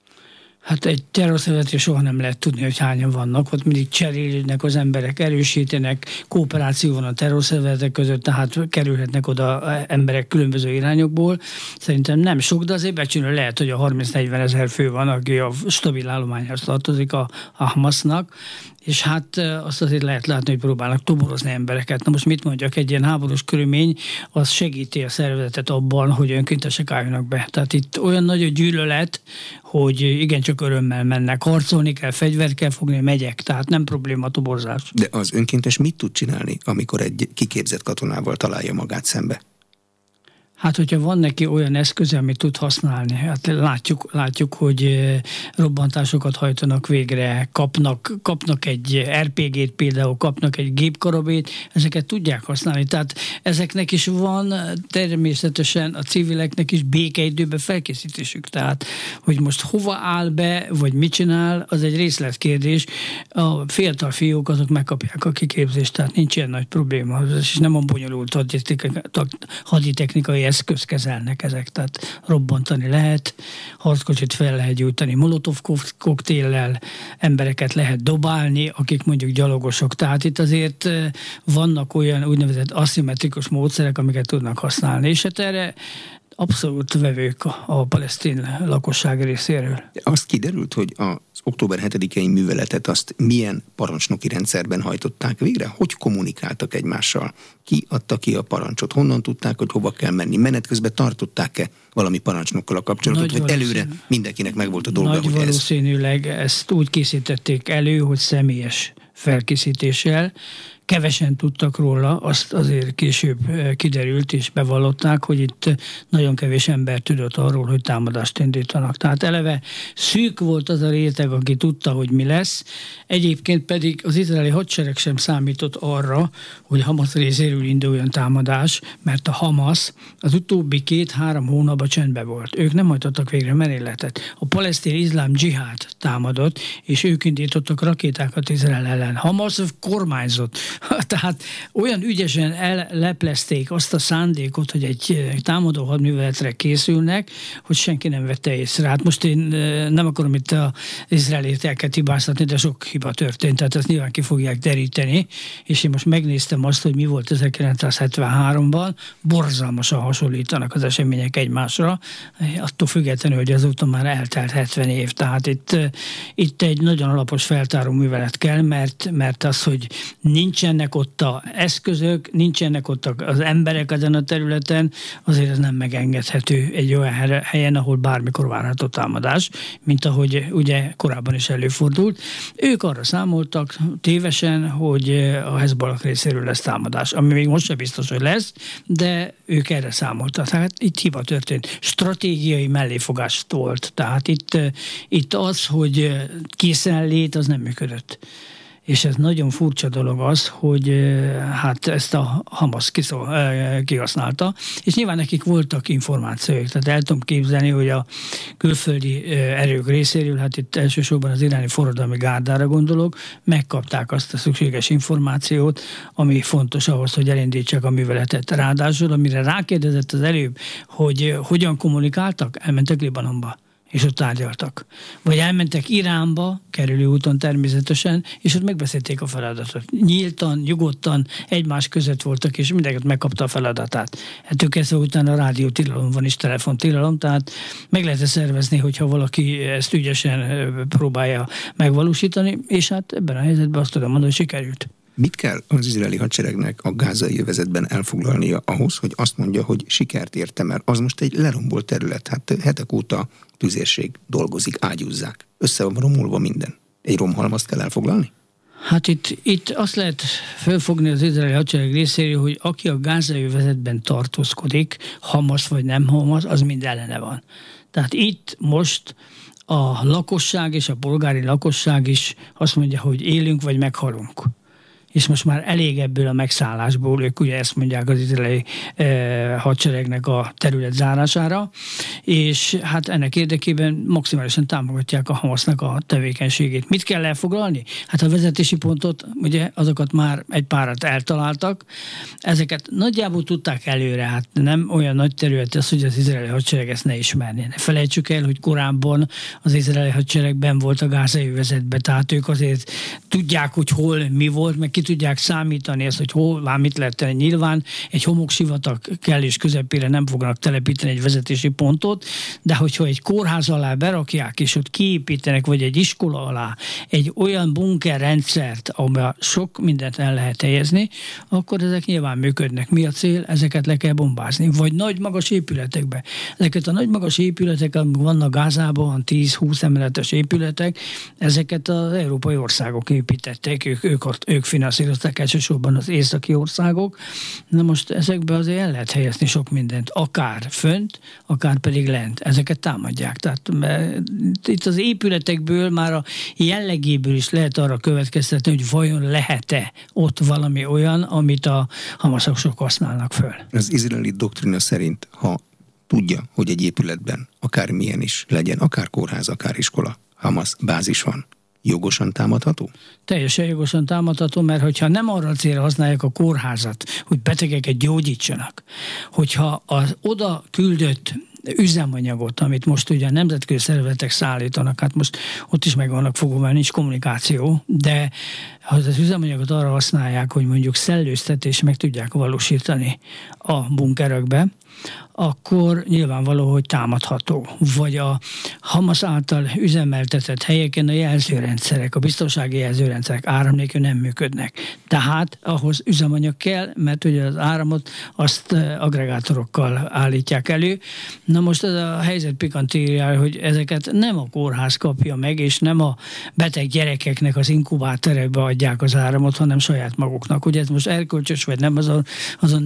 S2: Hát egy terrorszervezetre soha nem lehet tudni, hogy hányan vannak, ott mindig cserélődnek az emberek, erősítenek, kooperáció van a terrorszervezetek között, tehát kerülhetnek oda emberek különböző irányokból. Szerintem nem sok, de azért becsülő lehet, hogy a 30-40 ezer fő van, aki a stabil állományhoz tartozik a Hamasnak, és hát azt azért lehet látni, hogy próbálnak toborozni embereket. Na most mit mondjak, egy ilyen háborús körülmény, az segíti a szervezetet abban, hogy önkéntesek álljanak be. Tehát itt olyan nagy a gyűlölet, hogy igencsak örömmel mennek. Harcolni kell, fegyvert kell fogni, megyek. Tehát nem probléma a toborzás.
S1: De az önkéntes mit tud csinálni, amikor egy kiképzett katonával találja magát szembe?
S2: Hát, hogyha van neki olyan eszköze, amit tud használni, hát látjuk, hogy robbantásokat hajtanak végre, kapnak egy RPG-t például, kapnak egy gépkarabét, ezeket tudják használni. Tehát ezeknek is van természetesen a civileknek is békeidőben felkészítésük. Tehát, hogy most hova áll be, vagy mit csinál, az egy részletkérdés. A fiatal fiúk azok megkapják a kiképzést, tehát nincs ilyen nagy probléma. És nem a bonyolult haditechnikai eszköz kezelnek ezek, tehát robbantani lehet, harckocsit fel lehet gyújtani molotov koktéllel, embereket lehet dobálni, akik mondjuk gyalogosok. Tehát itt azért vannak olyan úgynevezett aszimmetrikus módszerek, amiket tudnak használni, és hát erre abszolút vevők a palesztin lakosság részéről.
S1: Azt kiderült, hogy az október 7-i műveletet azt milyen parancsnoki rendszerben hajtották végre? Hogy kommunikáltak egymással? Ki adta ki a parancsot? Honnan tudták, hogy hova kell menni? Menet közben tartották-e valami parancsnokkal a kapcsolatot? Vagy előre mindenkinek megvolt a dolga,
S2: nagy
S1: hogy
S2: valószínűleg ezt úgy készítették elő, hogy személyes felkészítéssel. Kevesen tudtak róla, azt azért később kiderült és bevallották, hogy itt nagyon kevés ember tudott arról, hogy támadást indítanak. Tehát eleve szűk volt az a réteg, aki tudta, hogy mi lesz. Egyébként pedig az izraeli hadsereg sem számított arra, hogy Hamas részéről induljon támadás, mert a Hamas az utóbbi 2-3 hónapban csendben volt. Ők nem hajtottak végre merényletet. A palesztin iszlám dzsihád támadott, és ők indítottak rakétákat Izrael ellen. Hamas kormányzott. Tehát olyan ügyesen leplezték azt a szándékot, hogy egy támadó hadműveletre készülnek, hogy senki nem vette észre. Hát most én nem akarom itt az izraelieket hibáztatni, de sok hiba történt, tehát ezt nyilván ki fogják deríteni, és én most megnéztem azt, hogy mi volt 1973-ban, borzalmasan hasonlítanak az események egymásra, attól függetlenül, hogy azóta már eltelt 70 év. Tehát itt egy nagyon alapos feltáró művelet kell, mert az, hogy nincsenek ott az eszközök, nincsenek ott az emberek ezen a területen, azért ez nem megengedhető egy olyan helyen, ahol bármikor várható támadás, mint ahogy ugye korábban is előfordult. Ők arra számoltak tévesen, hogy a Hezbollah részéről lesz támadás, ami még most sem biztos, hogy lesz, de ők erre számoltak. Tehát itt hiba történt. Stratégiai melléfogás volt. Tehát itt az, hogy készenlét, az nem működött. És ez nagyon furcsa dolog az, hogy hát ezt a Hamas kihasználta, és nyilván nekik voltak információik, tehát el tudom képzelni, hogy a külföldi erők részéről, hát itt elsősorban az iráni forradalmi gárdára gondolok, megkapták azt a szükséges információt, ami fontos ahhoz, hogy elindítsák a műveletet. Ráadásul, amire rákérdezett az előbb, hogy hogyan kommunikáltak, elmentek Libanonba, és ott tárgyaltak. Vagy elmentek Iránba, kerülő úton természetesen, és ott megbeszélték a feladatot. Nyíltan, nyugodtan, egymás között voltak, és mindenki megkapta a feladatát. Ettől kezdve utána rádiótilalom van és telefontilalom, tehát meg lehet szervezni, hogyha valaki ezt ügyesen próbálja megvalósítani, és hát ebben a helyzetben azt tudom mondani, hogy sikerült.
S1: Mit kell az izraeli hadseregnek a gázai övezetben elfoglalnia ahhoz, hogy azt mondja, hogy sikert értem el? Az most egy lerombolt terület, hát hetek óta tüzérség dolgozik, ágyúzzák. Össze van romolva minden. Egy romhalmazt kell elfoglalni?
S2: Hát itt azt lehet felfogni az izraeli hadsereg részéről, hogy aki a gázai övezetben tartózkodik, Hamas vagy nem Hamas, az mind ellene van. Tehát itt most a lakosság és a polgári lakosság is azt mondja, hogy élünk vagy meghalunk. És most már elég ebből a megszállásból, ők ugye ezt mondják az izraeli hadseregnek a terület zárására, és hát ennek érdekében maximálisan támogatják a Hamasnak a tevékenységét. Mit kell elfoglalni? Hát a vezetési pontot, ugye azokat már egy párat eltaláltak, ezeket nagyjából tudták előre, hát nem olyan nagy terület az, hogy az izraeli hadsereg ezt ne ismerné. Ne felejtsük el, hogy korábban az izraeli hadseregben volt a gázai övezetben, tehát ők azért tudják, hogy hol mi volt, meg ki tudják számítani ezt, hogy hol, már mit lehet tenni. Nyilván egy homoksivatag kellés közepére nem fognak telepíteni egy vezetési pontot, de hogyha egy kórház alá berakják, és ott kiépítenek, vagy egy iskola alá egy olyan bunkerrendszert, ahol sok mindent el lehet helyezni, akkor ezek nyilván működnek. Mi a cél? Ezeket le kell bombázni. Vagy nagy magas épületekbe. Ezeket a nagy magas épületek, amik vannak Gázában, 10-20 emeletes épületek, ezeket az európai országok építették, ők finanszírozták, elsősorban az északi országok. Na most ezekbe azért el lehet helyezni sok mindent, akár fönt, akár pedig lent. Ezeket támadják. Tehát itt az épületekből, már a jellegéből is lehet arra következtetni, hogy vajon lehet-e ott valami olyan, amit a hamaszosok használnak föl.
S1: Az izraeli doktrina szerint, ha tudja, hogy egy épületben akármilyen is legyen, akár kórház, akár iskola, Hamas bázis van, jogosan támadható?
S2: Teljesen jogosan támadható, mert hogyha nem arra célra használják a kórházat, hogy betegeket gyógyítsanak, hogyha az oda küldött üzemanyagot, amit most ugye a nemzetközi szervezetek szállítanak, hát most ott is meg vannak fogva, mert nincs kommunikáció, de ha az üzemanyagot arra használják, hogy mondjuk szellőztetés meg tudják valósítani a bunkerekbe, akkor nyilvánvaló, hogy támadható. Vagy a Hamas által üzemeltetett helyeken a jelzőrendszerek, a biztonsági jelzőrendszerek áram nélkül nem működnek. Tehát ahhoz üzemanyag kell, mert ugye az áramot azt aggregátorokkal állítják elő. Na most ez a helyzet pikantériája, hogy ezeket nem a kórház kapja meg, és nem a beteg gyerekeknek az inkubátorekbe adják az áramot, hanem saját maguknak. Ugye ez most erkölcsös vagy nem, azon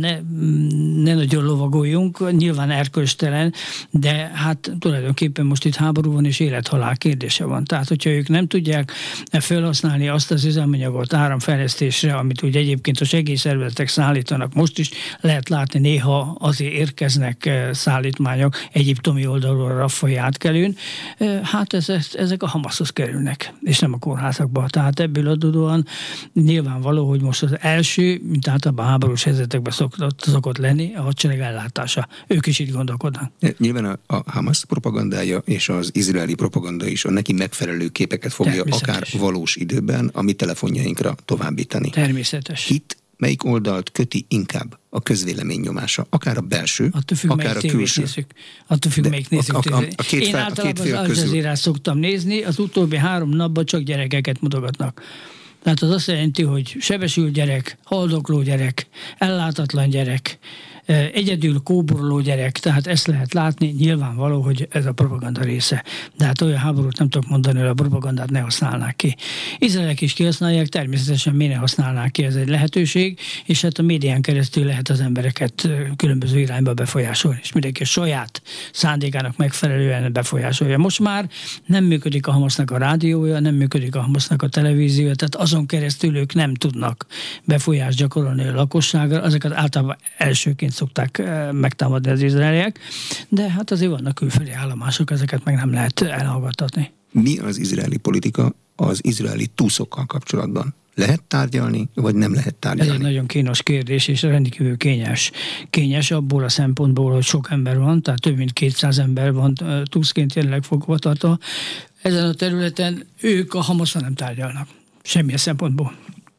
S2: ne nagyon lovagoljunk, nyilván erkölcstelen, de hát tulajdonképpen most itt háború van és élethalál kérdése van. Tehát, hogyha ők nem tudják felhasználni azt az üzemanyagot áramfejlesztésre, amit ugye egyébként a segélyszervezetek szállítanak, most is lehet látni, néha azért érkeznek szállítmányok egyiptomi oldalról a Rafai átkelőn, hát ezek a Hamashoz kerülnek, és nem a kórházakba. Tehát ebből adódóan nyilvánvaló, hogy most az első, mint általában háborús helyzetekben szokott lenni, a hadsereg ellátása. Ők is így gondolkodnak.
S1: Nyilván a Hamas propagandája és az izraeli propaganda is a neki megfelelő képeket fogja akár valós időben a mi telefonjainkra továbbítani.
S2: Természetes.
S1: Itt melyik oldalt köti inkább a közvélemény nyomása? Akár a belső, akár a külső.
S2: Attól függ, melyik nézzük.
S1: Én
S2: általában az Al Jazeera szoktam nézni, az utóbbi 3 napban csak gyerekeket mutogatnak. Tehát az azt jelenti, hogy sebesült gyerek, haldokló gyerek, ellátatlan gyerek, egyedül kóboroló gyerek, tehát ezt lehet látni, nyilvánvaló, hogy ez a propaganda része. De hát olyan háborút nem tudok mondani, hogy a propagandát ne használnák ki. Izraelek is kihasználják, természetesen miért ne használnák ki, ez egy lehetőség, és hát a médián keresztül lehet az embereket különböző irányba befolyásolni, és mindenki saját szándékának megfelelően befolyásolja. Most már nem működik a Hamasnak a rádiója, nem működik a Hamasnak a televíziója, tehát azon keresztül ők nem tudnak befolyást gyakorolni a lakosságra, azokat általában elsőként szokták megtámadni az izraeliek, de hát azért vannak külföldi állomások, ezeket meg nem lehet elhallgattatni. Mi
S1: az izraeli politika az izraeli túszokkal kapcsolatban? Lehet tárgyalni, vagy nem lehet tárgyalni?
S2: Ez egy nagyon kínos kérdés, és rendkívül kényes. Kényes abból a szempontból, hogy sok ember van, tehát több mint 200 ember van túszként jelenleg fogva tartva. Ezen a területen ők a Hamasszal nem tárgyalnak. Semmilyen szempontból.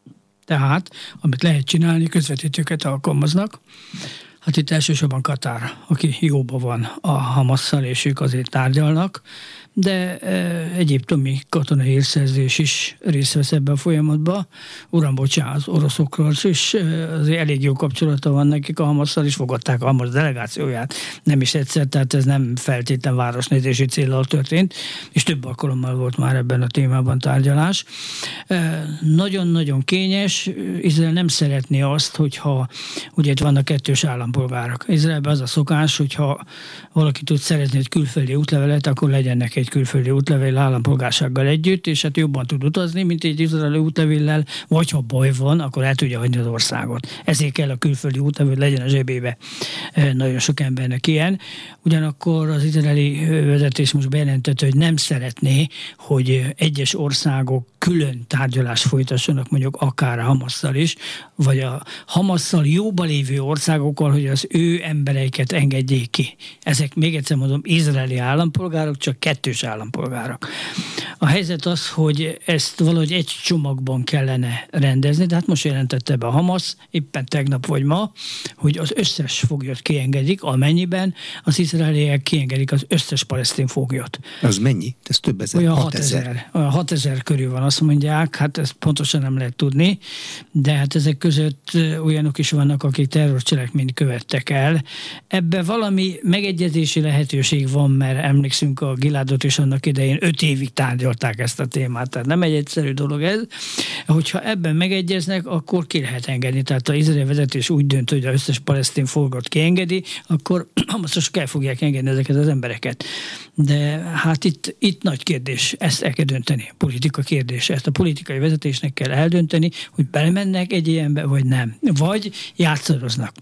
S2: Tehát, amit lehet csinálni, közvetítőket alkalmaznak. Hát itt elsősorban Katár, aki jóban van a Hamasszal, és ők azért tárgyalnak, de egyiptomi katonai hírszerzés is részt vesz ebben a folyamatban. Uram, bocsánat, az oroszokról is azért elég jó kapcsolata van nekik a Hamasszal, és fogadták a Hamasz delegációját. Nem is egyszer, tehát ez nem feltétlen városnézési céllal történt, és több alkalommal volt már ebben a témában tárgyalás. Nagyon-nagyon kényes. Izrael nem szeretné azt, hogyha ugye itt vannak kettős állampolgárok. Izraelben az a szokás, hogyha valaki tud szerezni egy külföldi útlevelet, akkor legyen neki egy külföldi útlevél állampolgársággal együtt, és hát jobban tud utazni, mint egy izraeli útlevéllel, vagy ha baj van, akkor el tudja hagyni az országot. Ezért kell a külföldi útlevél, legyen a zsebébe. Nagyon sok embernek ilyen. Ugyanakkor az izraeli vezetés most bejelentette, hogy nem szeretné, hogy egyes országok külön tárgyalást folytassanak, mondjuk akár a Hamasszal is, vagy a Hamasszal jóba lévő országokkal, hogy az ő embereiket engedjék ki. Ezek, még egyszer mondom, izraeli állampolgárok, csak kettős állampolgárok. A helyzet az, hogy ezt valahogy egy csomagban kellene rendezni, de hát most jelentette be a Hamasz, éppen tegnap vagy ma, hogy az összes foglyot kiengedik, amennyiben az izraeliek kiengedik az összes palesztin foglyot.
S1: Az mennyi? Ez több ezer?
S2: Olyan 6000. Olyan 6000 körül van, azt mondják, hát ezt pontosan nem lehet tudni, de hát ezek között olyanok is vannak, akik terrorcselekményt követtek el. Ebben valami megegyezési lehetőség van, mert emlékszünk a Giládot is annak idején 5 évig tárgyalták ezt a témát, tehát nem egy egyszerű dolog ez. Hogyha ebben megegyeznek, akkor ki lehet engedni. Tehát az izraeli vezetés úgy dönt, hogy az összes palesztin foglyot kiengedi, akkor most el fogják engedni ezeket az embereket. De hát itt nagy kérdés, ezt el kell dönteni, politika kérdése. Ezt a politikai vezetésnek kell eldönteni, hogy belemennek egy ilyenbe, vagy nem. Vagy játszadoznak.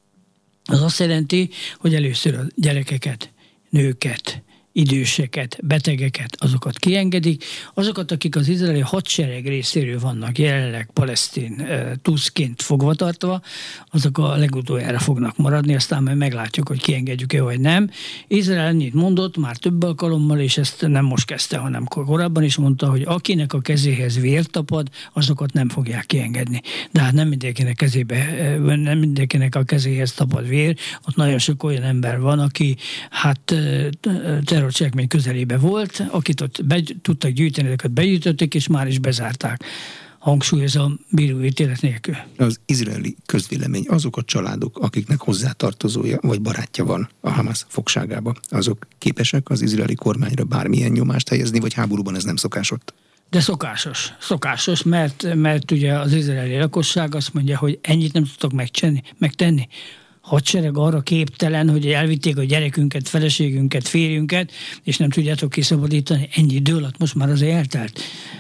S2: Az azt jelenti, hogy először a gyerekeket, nőket, időseket, betegeket, azokat kiengedik. Azokat, akik az izraeli hadsereg részéről vannak jelenleg palesztin túszként fogvatartva, azok a legutoljára fognak maradni, aztán majd meglátjuk, hogy kiengedjük-e vagy nem. Izrael ennyit mondott már több alkalommal, és ezt nem most kezdte, hanem korábban is mondta, hogy akinek a kezéhez vér tapad, azokat nem fogják kiengedni. De hát nem mindenkinek a kezéhez tapad vér, ott nagyon sok olyan ember van, aki hát terrorcselekmény közelébe volt, akit ott tudtak gyűjteni, ezeket begyűjtötték, és már is bezárták. Hangsúlyozom, bíróítélet nélkül.
S1: Az izraeli közvélemény, azok a családok, akiknek hozzátartozója vagy barátja van a Hamas fogságába, azok képesek az izraeli kormányra bármilyen nyomást helyezni, vagy háborúban ez nem szokásos?
S2: De szokásos, mert ugye az izraeli lakosság azt mondja, hogy ennyit nem tudtok megtenni. Hadsereg arra képtelen, hogy elvitték a gyerekünket, feleségünket, férjünket, és nem tudjátok kiszabadítani. Ennyi idő alatt most már azért eltelt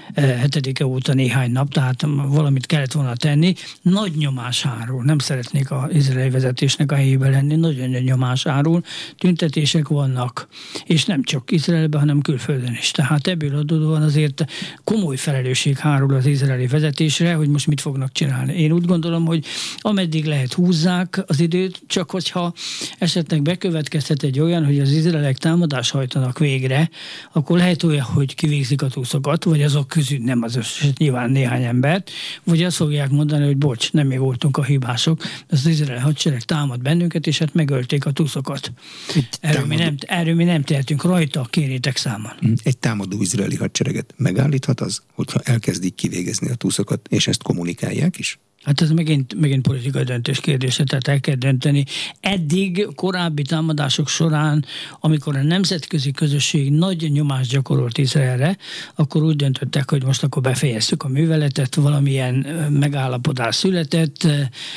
S2: 7-e óta néhány nap, tehát valamit kellett volna tenni. Nagy nyomás hárul. Nem szeretnék az izraeli vezetésnek a helyébe lenni. Nagyon nagy nyomás hárul. Tüntetések vannak, és nem csak Izraelben, hanem külföldön is. Tehát ebből adódóan azért komoly felelősség hárul az izraeli vezetésre, hogy most mit fognak csinálni. Én úgy gondolom, hogy ameddig lehet húzzák az időt, csak hogyha esetleg bekövetkezhet egy olyan, hogy az izraelek támadást hajtanak végre, akkor lehet olyan, hogy kivégzik a túszokat, vagy azok közül nem az összes, nyilván néhány embert, vagy azt fogják mondani, hogy bocs, nem mi voltunk a hibások, az izraeli hadsereg támad bennünket, és hát megölték a túszokat. Erről mi nem tehetünk rajta, kérjétek számon.
S1: Egy támadó izraeli hadsereget megállíthat az, hogyha elkezdik kivégezni a túszokat, és ezt kommunikálják is?
S2: Hát ez megint politikai döntés kérdése, tehát el kell dönteni. Eddig korábbi támadások során, amikor a nemzetközi közösség nagy nyomást gyakorolt Izraelre, akkor úgy döntöttek, hogy most akkor befejezzük a műveletet, valamilyen megállapodás született.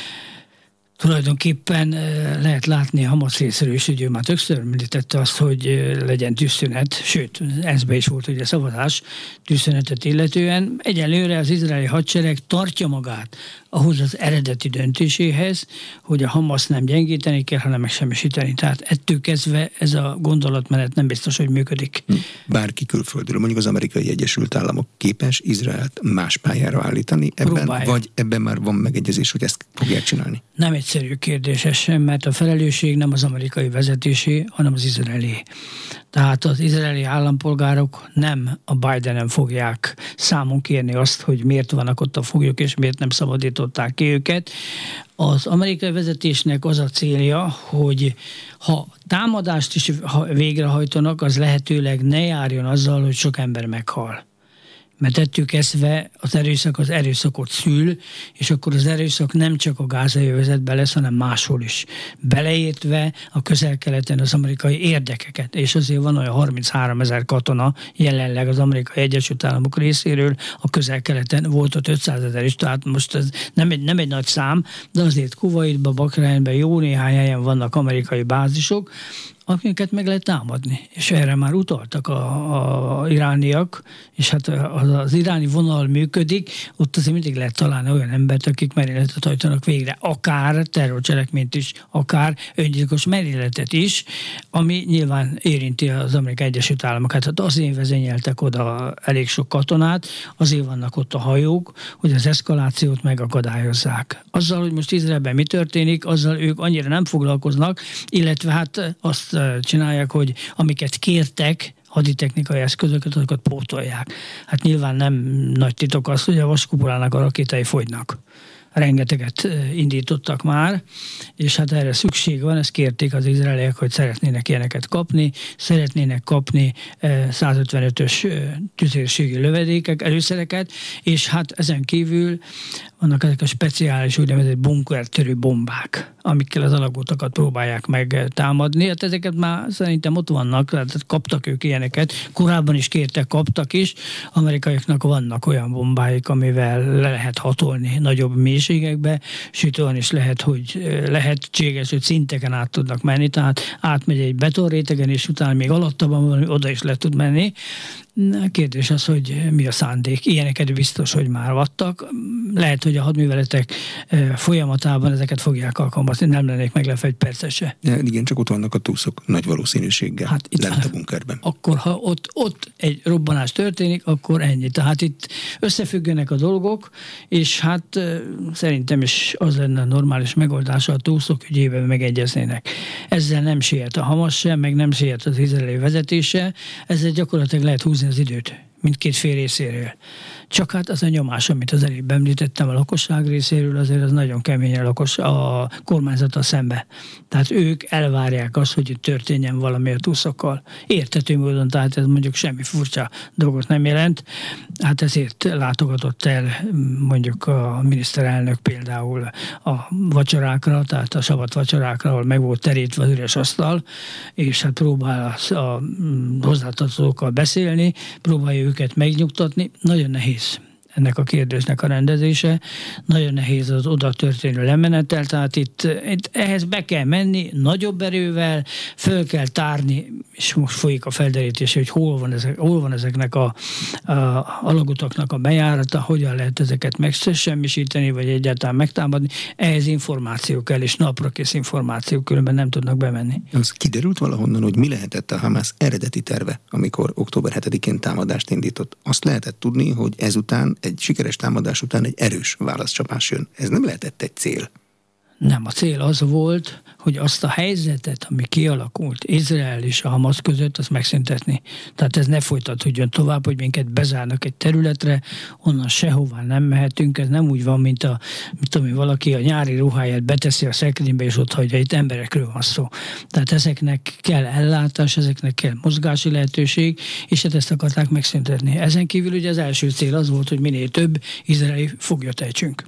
S2: Tulajdonképpen lehet látni a Hamasz részéről is, hogy ő már többször említette azt, hogy legyen tűzszünet, sőt, ezbe is volt ugye szavazás tűzszünetet illetően. Egyelőre az izraeli hadsereg tartja magát ahhoz az eredeti döntéséhez, hogy a Hamasz nem gyengíteni kell, hanem megsemmisíteni. Tehát ettől kezdve ez a gondolatmenet nem biztos, hogy működik.
S1: Bárki külföldről, mondjuk az Amerikai Egyesült Államok képes Izraelt más pályára állítani ebben, vagy ebben már van megegyezés, hogy ezt fogják csinálni?
S2: Nem egyszerű kérdés ez sem, mert a felelősség nem az amerikai vezetésé, hanem az izraeli. Tehát az izraeli állampolgárok nem a Bidenen fogják számon kérni azt, hogy miért vannak ott a foglyok, és miért nem szabadították ki őket. Az amerikai vezetésnek az a célja, hogy ha támadást is végrehajtanak, az lehetőleg ne járjon azzal, hogy sok ember meghal. Mert ettől kezdve az erőszak az erőszakot szül, és akkor az erőszak nem csak a gázai övezetben lesz, hanem máshol is. Beleértve a Közel-Keleten az amerikai érdekeket. És azért van olyan 33 000 katona jelenleg az Amerikai Egyesült Államok részéről, a Közel-Keleten volt ott 500 000 is, tehát most ez nem egy nagy szám, de azért Kuwaitban, Bahreinben jó néhány helyen vannak amerikai bázisok, amiket meg lehet támadni. És erre már utaltak a irániak, és hát az iráni vonal működik, ott azért mindig lehet találni olyan embert, akik merényletet hajtanak végre, akár terrorcselekményt is, akár öngyilkos merényletet is, ami nyilván érinti az Amerikai Egyesült Államokat. Hát azért vezényeltek oda elég sok katonát, azért vannak ott a hajók, hogy az eszkalációt megakadályozzák. Azzal, hogy most Izraelben mi történik, azzal ők annyira nem foglalkoznak, illetve hát azt csinálják, hogy amiket kértek, haditechnikai eszközöket, azokat pótolják. Hát nyilván nem nagy titok az, hogy a vaskupolának a rakétái fogynak. Rengeteget indítottak már, és hát erre szükség van, ezt kérték az izraeliek, hogy szeretnének ilyeneket kapni, szeretnének kapni 155-ös tüzérségi lövedékek, előszereket, és hát ezen kívül vannak ezek a speciális úgynevezett bunkertörő bombák, amikkel az alagútakat próbálják meg támadni. Hát ezeket már szerintem ott vannak, tehát kaptak ők ilyeneket, korábban is kértek, kaptak is. Amerikaiaknak vannak olyan bombáik, amivel le lehet hatolni nagyobb mélységekbe, sőt olyan is lehet, hogy lehetséges, hogy szinteken át tudnak menni, tehát átmegy egy betonrétegen, és utána még alattabban valami oda is le tud menni. A kérdés az, hogy mi a szándék. Ilyeneket biztos, hogy már vattak. Lehet, hogy a hadműveletek folyamatában ezeket fogják alkalmazni, nem lennék meglepve egy percet se.
S1: Igen, csak ott vannak a túszok nagy valószínűséggel, hát itt lent a bunkerben.
S2: Akkor, ha ott egy robbanás történik, akkor ennyi. Tehát itt összefüggenek a dolgok, és hát szerintem is az lenne a normális megoldása, a túszok ügyében megegyeznének. Ezzel nem siet a Hamas sem, meg nem siet az izraeli vezetése, ezzel gyakorlatilag lehet húzni az időt mindkét fél részéről. Csak hát az a nyomás, amit az előbb említettem a lakosság részéről, azért az nagyon kemény a kormányzattal szembe. Tehát ők elvárják azt, hogy itt történjen valami a túszokkal. Érthető módon, tehát ez mondjuk semmi furcsa dolgot nem jelent. Hát ezért látogatott el mondjuk a miniszterelnök például a vacsorákra, tehát a sabat vacsorákra, ahol meg volt terítve az üres asztal, és hát próbál a hozzátartozókkal beszélni, próbálja őket megnyugtatni. Nagyon nehéz ennek a kérdésnek a rendezése. Nagyon nehéz az oda történő lemenetel, tehát itt ehhez be kell menni nagyobb erővel, föl kell tárni, és most folyik a felderítés, hogy hol van ezeknek a alagutaknak a bejárata, hogyan lehet ezeket megsemmisíteni, vagy egyáltalán megtámadni. Ehhez információ kell, és naprakész információ, különben nem tudnak bemenni.
S1: Az kiderült valahonnan, hogy mi lehetett a Hamász eredeti terve, amikor október 7-én támadást indított. Azt lehetett tudni, hogy ezután egy sikeres támadás után egy erős válaszcsapás jön. Ez nem lehetett egy cél.
S2: Nem, a cél az volt, hogy azt a helyzetet, ami kialakult Izrael és a Hamasz között, azt megszüntetni. Tehát ez ne folytatódjon tovább, hogy minket bezárnak egy területre, onnan sehová nem mehetünk. Ez nem úgy van, mint valaki a nyári ruháját beteszi a szekrénybe, és ott hagyja, itt emberekről van szó. Tehát ezeknek kell ellátás, ezeknek kell mozgási lehetőség, és hát ezt akarták megszüntetni. Ezen kívül ugye az első cél az volt, hogy minél több izraeli foglyot ejtsünk.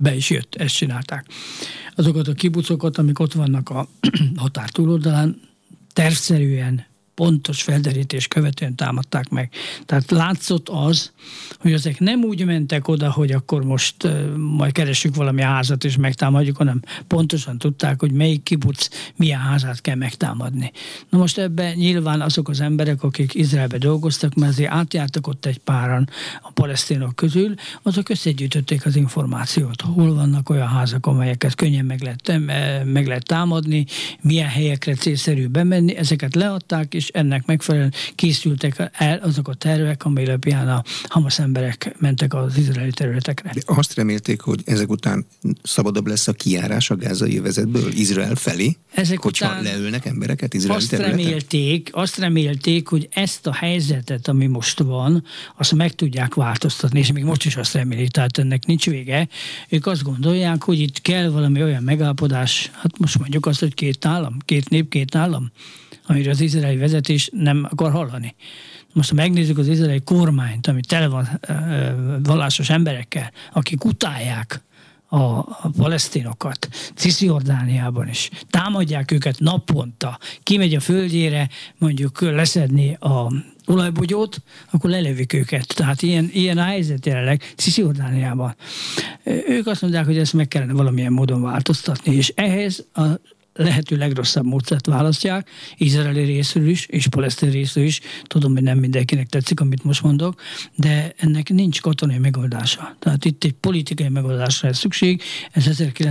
S2: be is jött, ezt csinálták. Azokat a kibucokat, amik ott vannak a határ túloldalán, tervszerűen, pontos felderítés követően támadták meg. Tehát látszott az, hogy ezek nem úgy mentek oda, hogy akkor most majd keressük valami házat és megtámadjuk, hanem pontosan tudták, hogy melyik kibuc milyen házát kell megtámadni. Na most ebben nyilván azok az emberek, akik Izraelbe dolgoztak, mert azért átjártak ott egy páran a palesztinok közül, azok összegyűjtötték az információt. Hol vannak olyan házak, amelyeket könnyen meg lehet támadni, milyen helyekre célszerű bemenni, ezeket leadták, és ennek megfelelően készültek el azok a tervek, amely alapján a Hamas emberek mentek az izraeli területekre.
S1: De azt remélték, hogy ezek után szabadabb lesz a kijárás a gázai övezetből Izrael felé, hogyha leölnek embereket izraeli területen?
S2: Azt remélték, hogy ezt a helyzetet, ami most van, azt meg tudják változtatni, és még most is azt remélik, tehát ennek nincs vége. Ők azt gondolják, hogy itt kell valami olyan megállapodás, hát most mondjuk azt, hogy két állam, két nép, két állam, amire az izraeli vezetés nem akar hallani. Most ha megnézzük az izraeli kormányt, ami tele van vallásos emberekkel, akik utálják a palesztinokat, Cisjordániában is, támadják őket naponta, kimegy a földjére mondjuk leszedni a olajbogyót, akkor lelövik őket. Tehát ilyen a helyzet jelenleg Cisjordániában. Ők azt mondják, hogy ezt meg kellene valamilyen módon változtatni, és ehhez a lehető legrosszabb módszert választják, izraeli részről is, és palesztin részről is. Tudom, hogy nem mindenkinek tetszik, amit most mondok, de ennek nincs katonai megoldása. Tehát itt egy politikai megoldásra lesz szükség, ez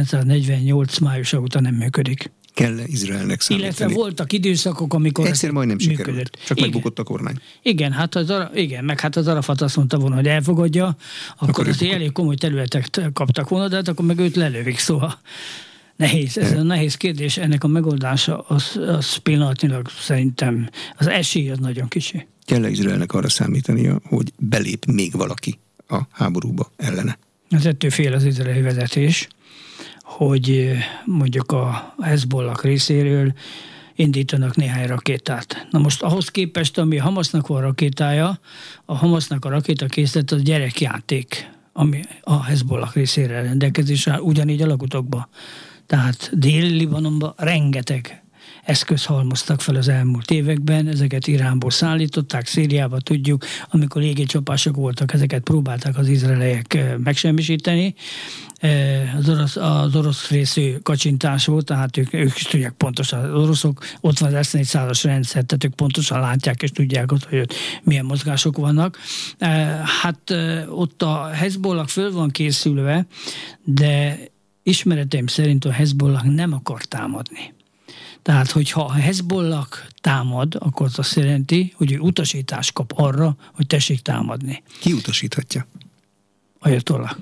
S2: 1948 májusa óta nem működik.
S1: Kell Izraelnek számítani?
S2: Illetve voltak időszakok, amikor
S1: egyszer majdnem sikerült, csak megbukott a kormány.
S2: Igen, meg az Arafat azt mondta volna, hogy elfogadja, akkor azért elég komoly területek kaptak volna, de hát akkor meg őt lelövik, szóval nehéz, ez a nehéz kérdés, ennek a megoldása az pillanatnyilag szerintem az esély az nagyon kicsi.
S1: Kell Izraelnek arra számítania, hogy belép még valaki a háborúba ellene?
S2: Az ettől fél az izraeli vezetés, hogy mondjuk a Hezbollah részéről indítanak néhány rakétát. Na most ahhoz képest, ami a Hamasnak van rakétája, a Hamasnak a rakétakészlet az gyerekjáték, ami a Hezbollah részére rendelkezésre, ugyanígy a lakutokban. Tehát Dél-Libanonban rengeteg eszköz halmoztak fel az elmúlt években, ezeket Iránból szállították, Szíriába tudjuk, amikor légicsapások voltak, ezeket próbálták az izraeliek megsemmisíteni. Az orosz részű kacsintás volt, tehát ők is tudják pontosan, az oroszok, ott van az S-400-as rendszer, tehát ők pontosan látják és tudják ott, hogy ott milyen mozgások vannak. Hát ott a Hezbollah föl van készülve, de ismereteim szerint a Hezbollah nem akar támadni. Tehát, hogyha a Hezbollah támad, akkor az azt jelenti, hogy ő utasítást kap arra, hogy tessék támadni.
S1: Ki utasíthatja?
S2: Ajatollah.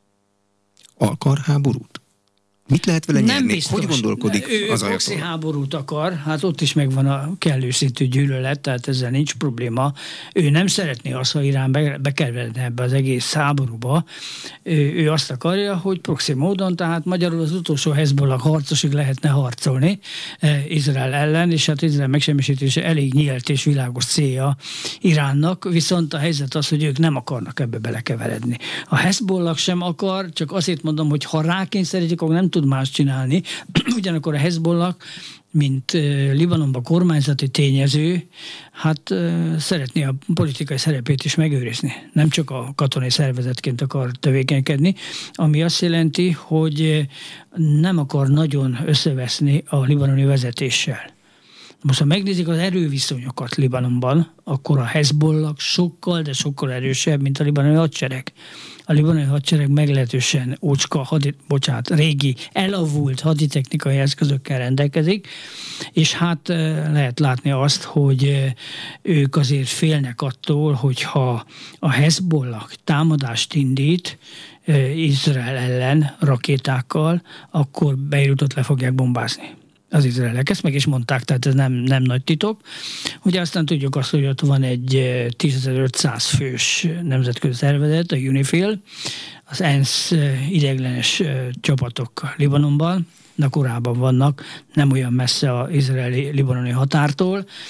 S1: Akar háborút? Mit lehet vele nyerni?
S2: Nem biztos.
S1: Hogy gondolkodik az
S2: Ajatollah? Háborút akar, hát ott is megvan a kellő szintű gyűlölet, tehát ezzel nincs probléma. Ő nem szeretné azt, ha Irán bekerülne ebbe az egész háborúba. Ő azt akarja, hogy proxy módon, tehát magyarul az utolsó Hezbollah harcosig lehetne harcolni Izrael ellen, és hát Izrael megsemmisítése elég nyílt és világos célja Iránnak, viszont a helyzet az, hogy ők nem akarnak ebbe belekeveredni. A Hezbollah sem akar, csak azért mondom, hogy ha rákényszerítik, akkor nem tud más csinálni. Ugyanakkor a Hezbollah, mint Libanonban kormányzati tényező, hát szeretné a politikai szerepét is megőrizni. Nem csak a katonai szervezetként akar tevékenykedni, ami azt jelenti, hogy nem akar nagyon összeveszni a libanoni vezetéssel. Most, ha megnézik az erőviszonyokat Libanonban, akkor a Hezbollah sokkal, de sokkal erősebb, mint a libanoni hadsereg. A libanoni hadsereg meglehetősen ócska, régi, elavult haditechnikai eszközökkel rendelkezik, és hát lehet látni azt, hogy ők azért félnek attól, hogyha a Hezbollah támadást indít Izrael ellen rakétákkal, akkor Beirutot le fogják bombázni az izraelek. Ezt meg is mondták, tehát ez nem nagy titok. Ugye aztán tudjuk azt, hogy ott van egy 10.500 fős nemzetközi szervezet, a UNIFIL, az ENSZ ideiglenes csapatok Libanonban, Nakurában vannak, nem olyan messze az izraeli-libanoni határtól.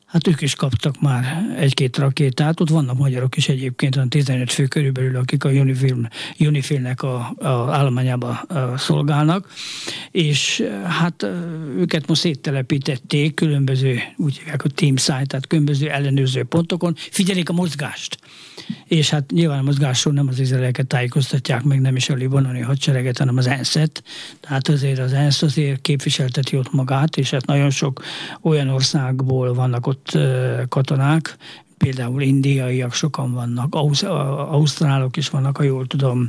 S2: Hát ők is kaptak már egy-két rakétát, ott vannak magyarok is egyébként, 15 fő körülbelül, akik a UNIFIL-nek a állományába szolgálnak, és hát őket most széttelepítették különböző, úgy hívják a team site, tehát különböző ellenőrző pontokon, figyelik a mozgást. És hát nyilván a mozgásról nem az izraelieket tájékoztatják, meg nem is a libanoni hadsereget, hanem az ENSZ-et. Tehát azért az ENSZ azért képviselteti ott magát, és hát nagyon sok olyan országból vannak ott katonák, például indiaiak sokan vannak, ausztrálok is vannak, ha jól tudom,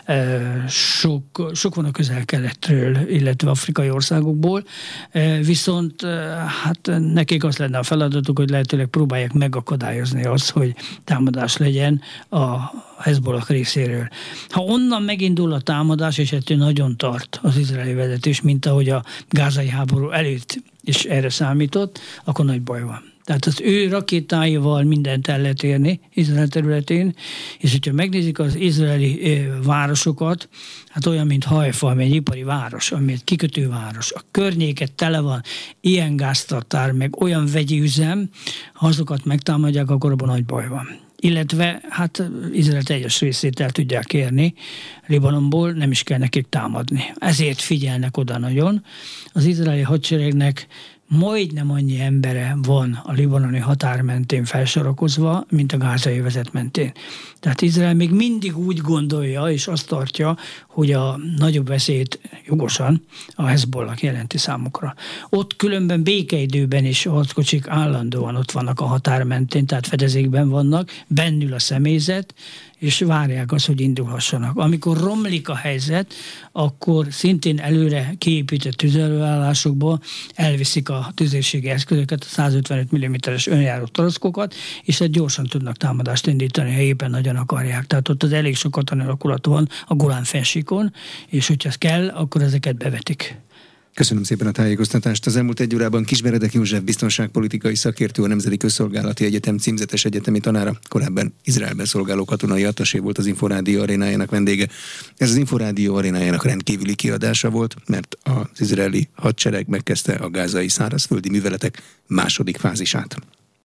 S2: sok van a Közel-Keletről, illetve afrikai országokból, viszont hát nekik az lenne a feladatuk, hogy lehetőleg próbálják megakadályozni azt, hogy támadás legyen a Hezbollah részéről. Ha onnan megindul a támadás, és ettől nagyon tart az izraeli vezetés, mint ahogy a gázai háború előtt is erre számított, akkor nagy baj van. Tehát az ő rakétáival mindent el lehet érni Izrael területén, és hogyha megnézik az izraeli városokat, hát olyan, mint Haifa, ami egy ipari város, ami egy kikötőváros, a környéket tele van ilyen gáztartár, meg olyan vegyi üzem, ha azokat megtámadják, akkor abban nagy baj van. Illetve hát Izrael teljes részét el tudják érni Libanonból, nem is kell nekik támadni. Ezért figyelnek oda nagyon. Az izraeli hadseregnek majdnem annyi embere van a libanoni határ mentén felsorakozva, mint a gázai övezet mentén. Tehát Izrael még mindig úgy gondolja, és azt tartja, hogy a nagyobb veszélyt jogosan a Hezbollah jelenti számukra. Ott különben békeidőben is a harckocsik állandóan ott vannak a határ mentén, tehát fedezékben vannak, bennül a személyzet, és várják azt, hogy indulhassanak. Amikor romlik a helyzet, akkor szintén előre kiépített tüzelőállásokból elviszik a tüzérségi eszközöket, a 155 mm-es önjáró toroszkokat, és ezt gyorsan tudnak támadást indítani, ha éppen nagyon akarják. Tehát ott az elég sok katonai alakulat van a Golán-fennsíkon, és hogyha ez kell, akkor ezeket bevetik.
S1: Köszönöm szépen a tájékoztatást. Az elmúlt egy órában Kisbenedek József biztonságpolitikai szakértő, a Nemzeti Közszolgálati Egyetem címzetes egyetemi tanára, korábban Izraelben szolgáló katonai attasé volt az Inforádió arénájának vendége. Ez az Inforádió arénájának rendkívüli kiadása volt, mert az izraeli hadsereg megkezdte a gázai szárazföldi műveletek második fázisát.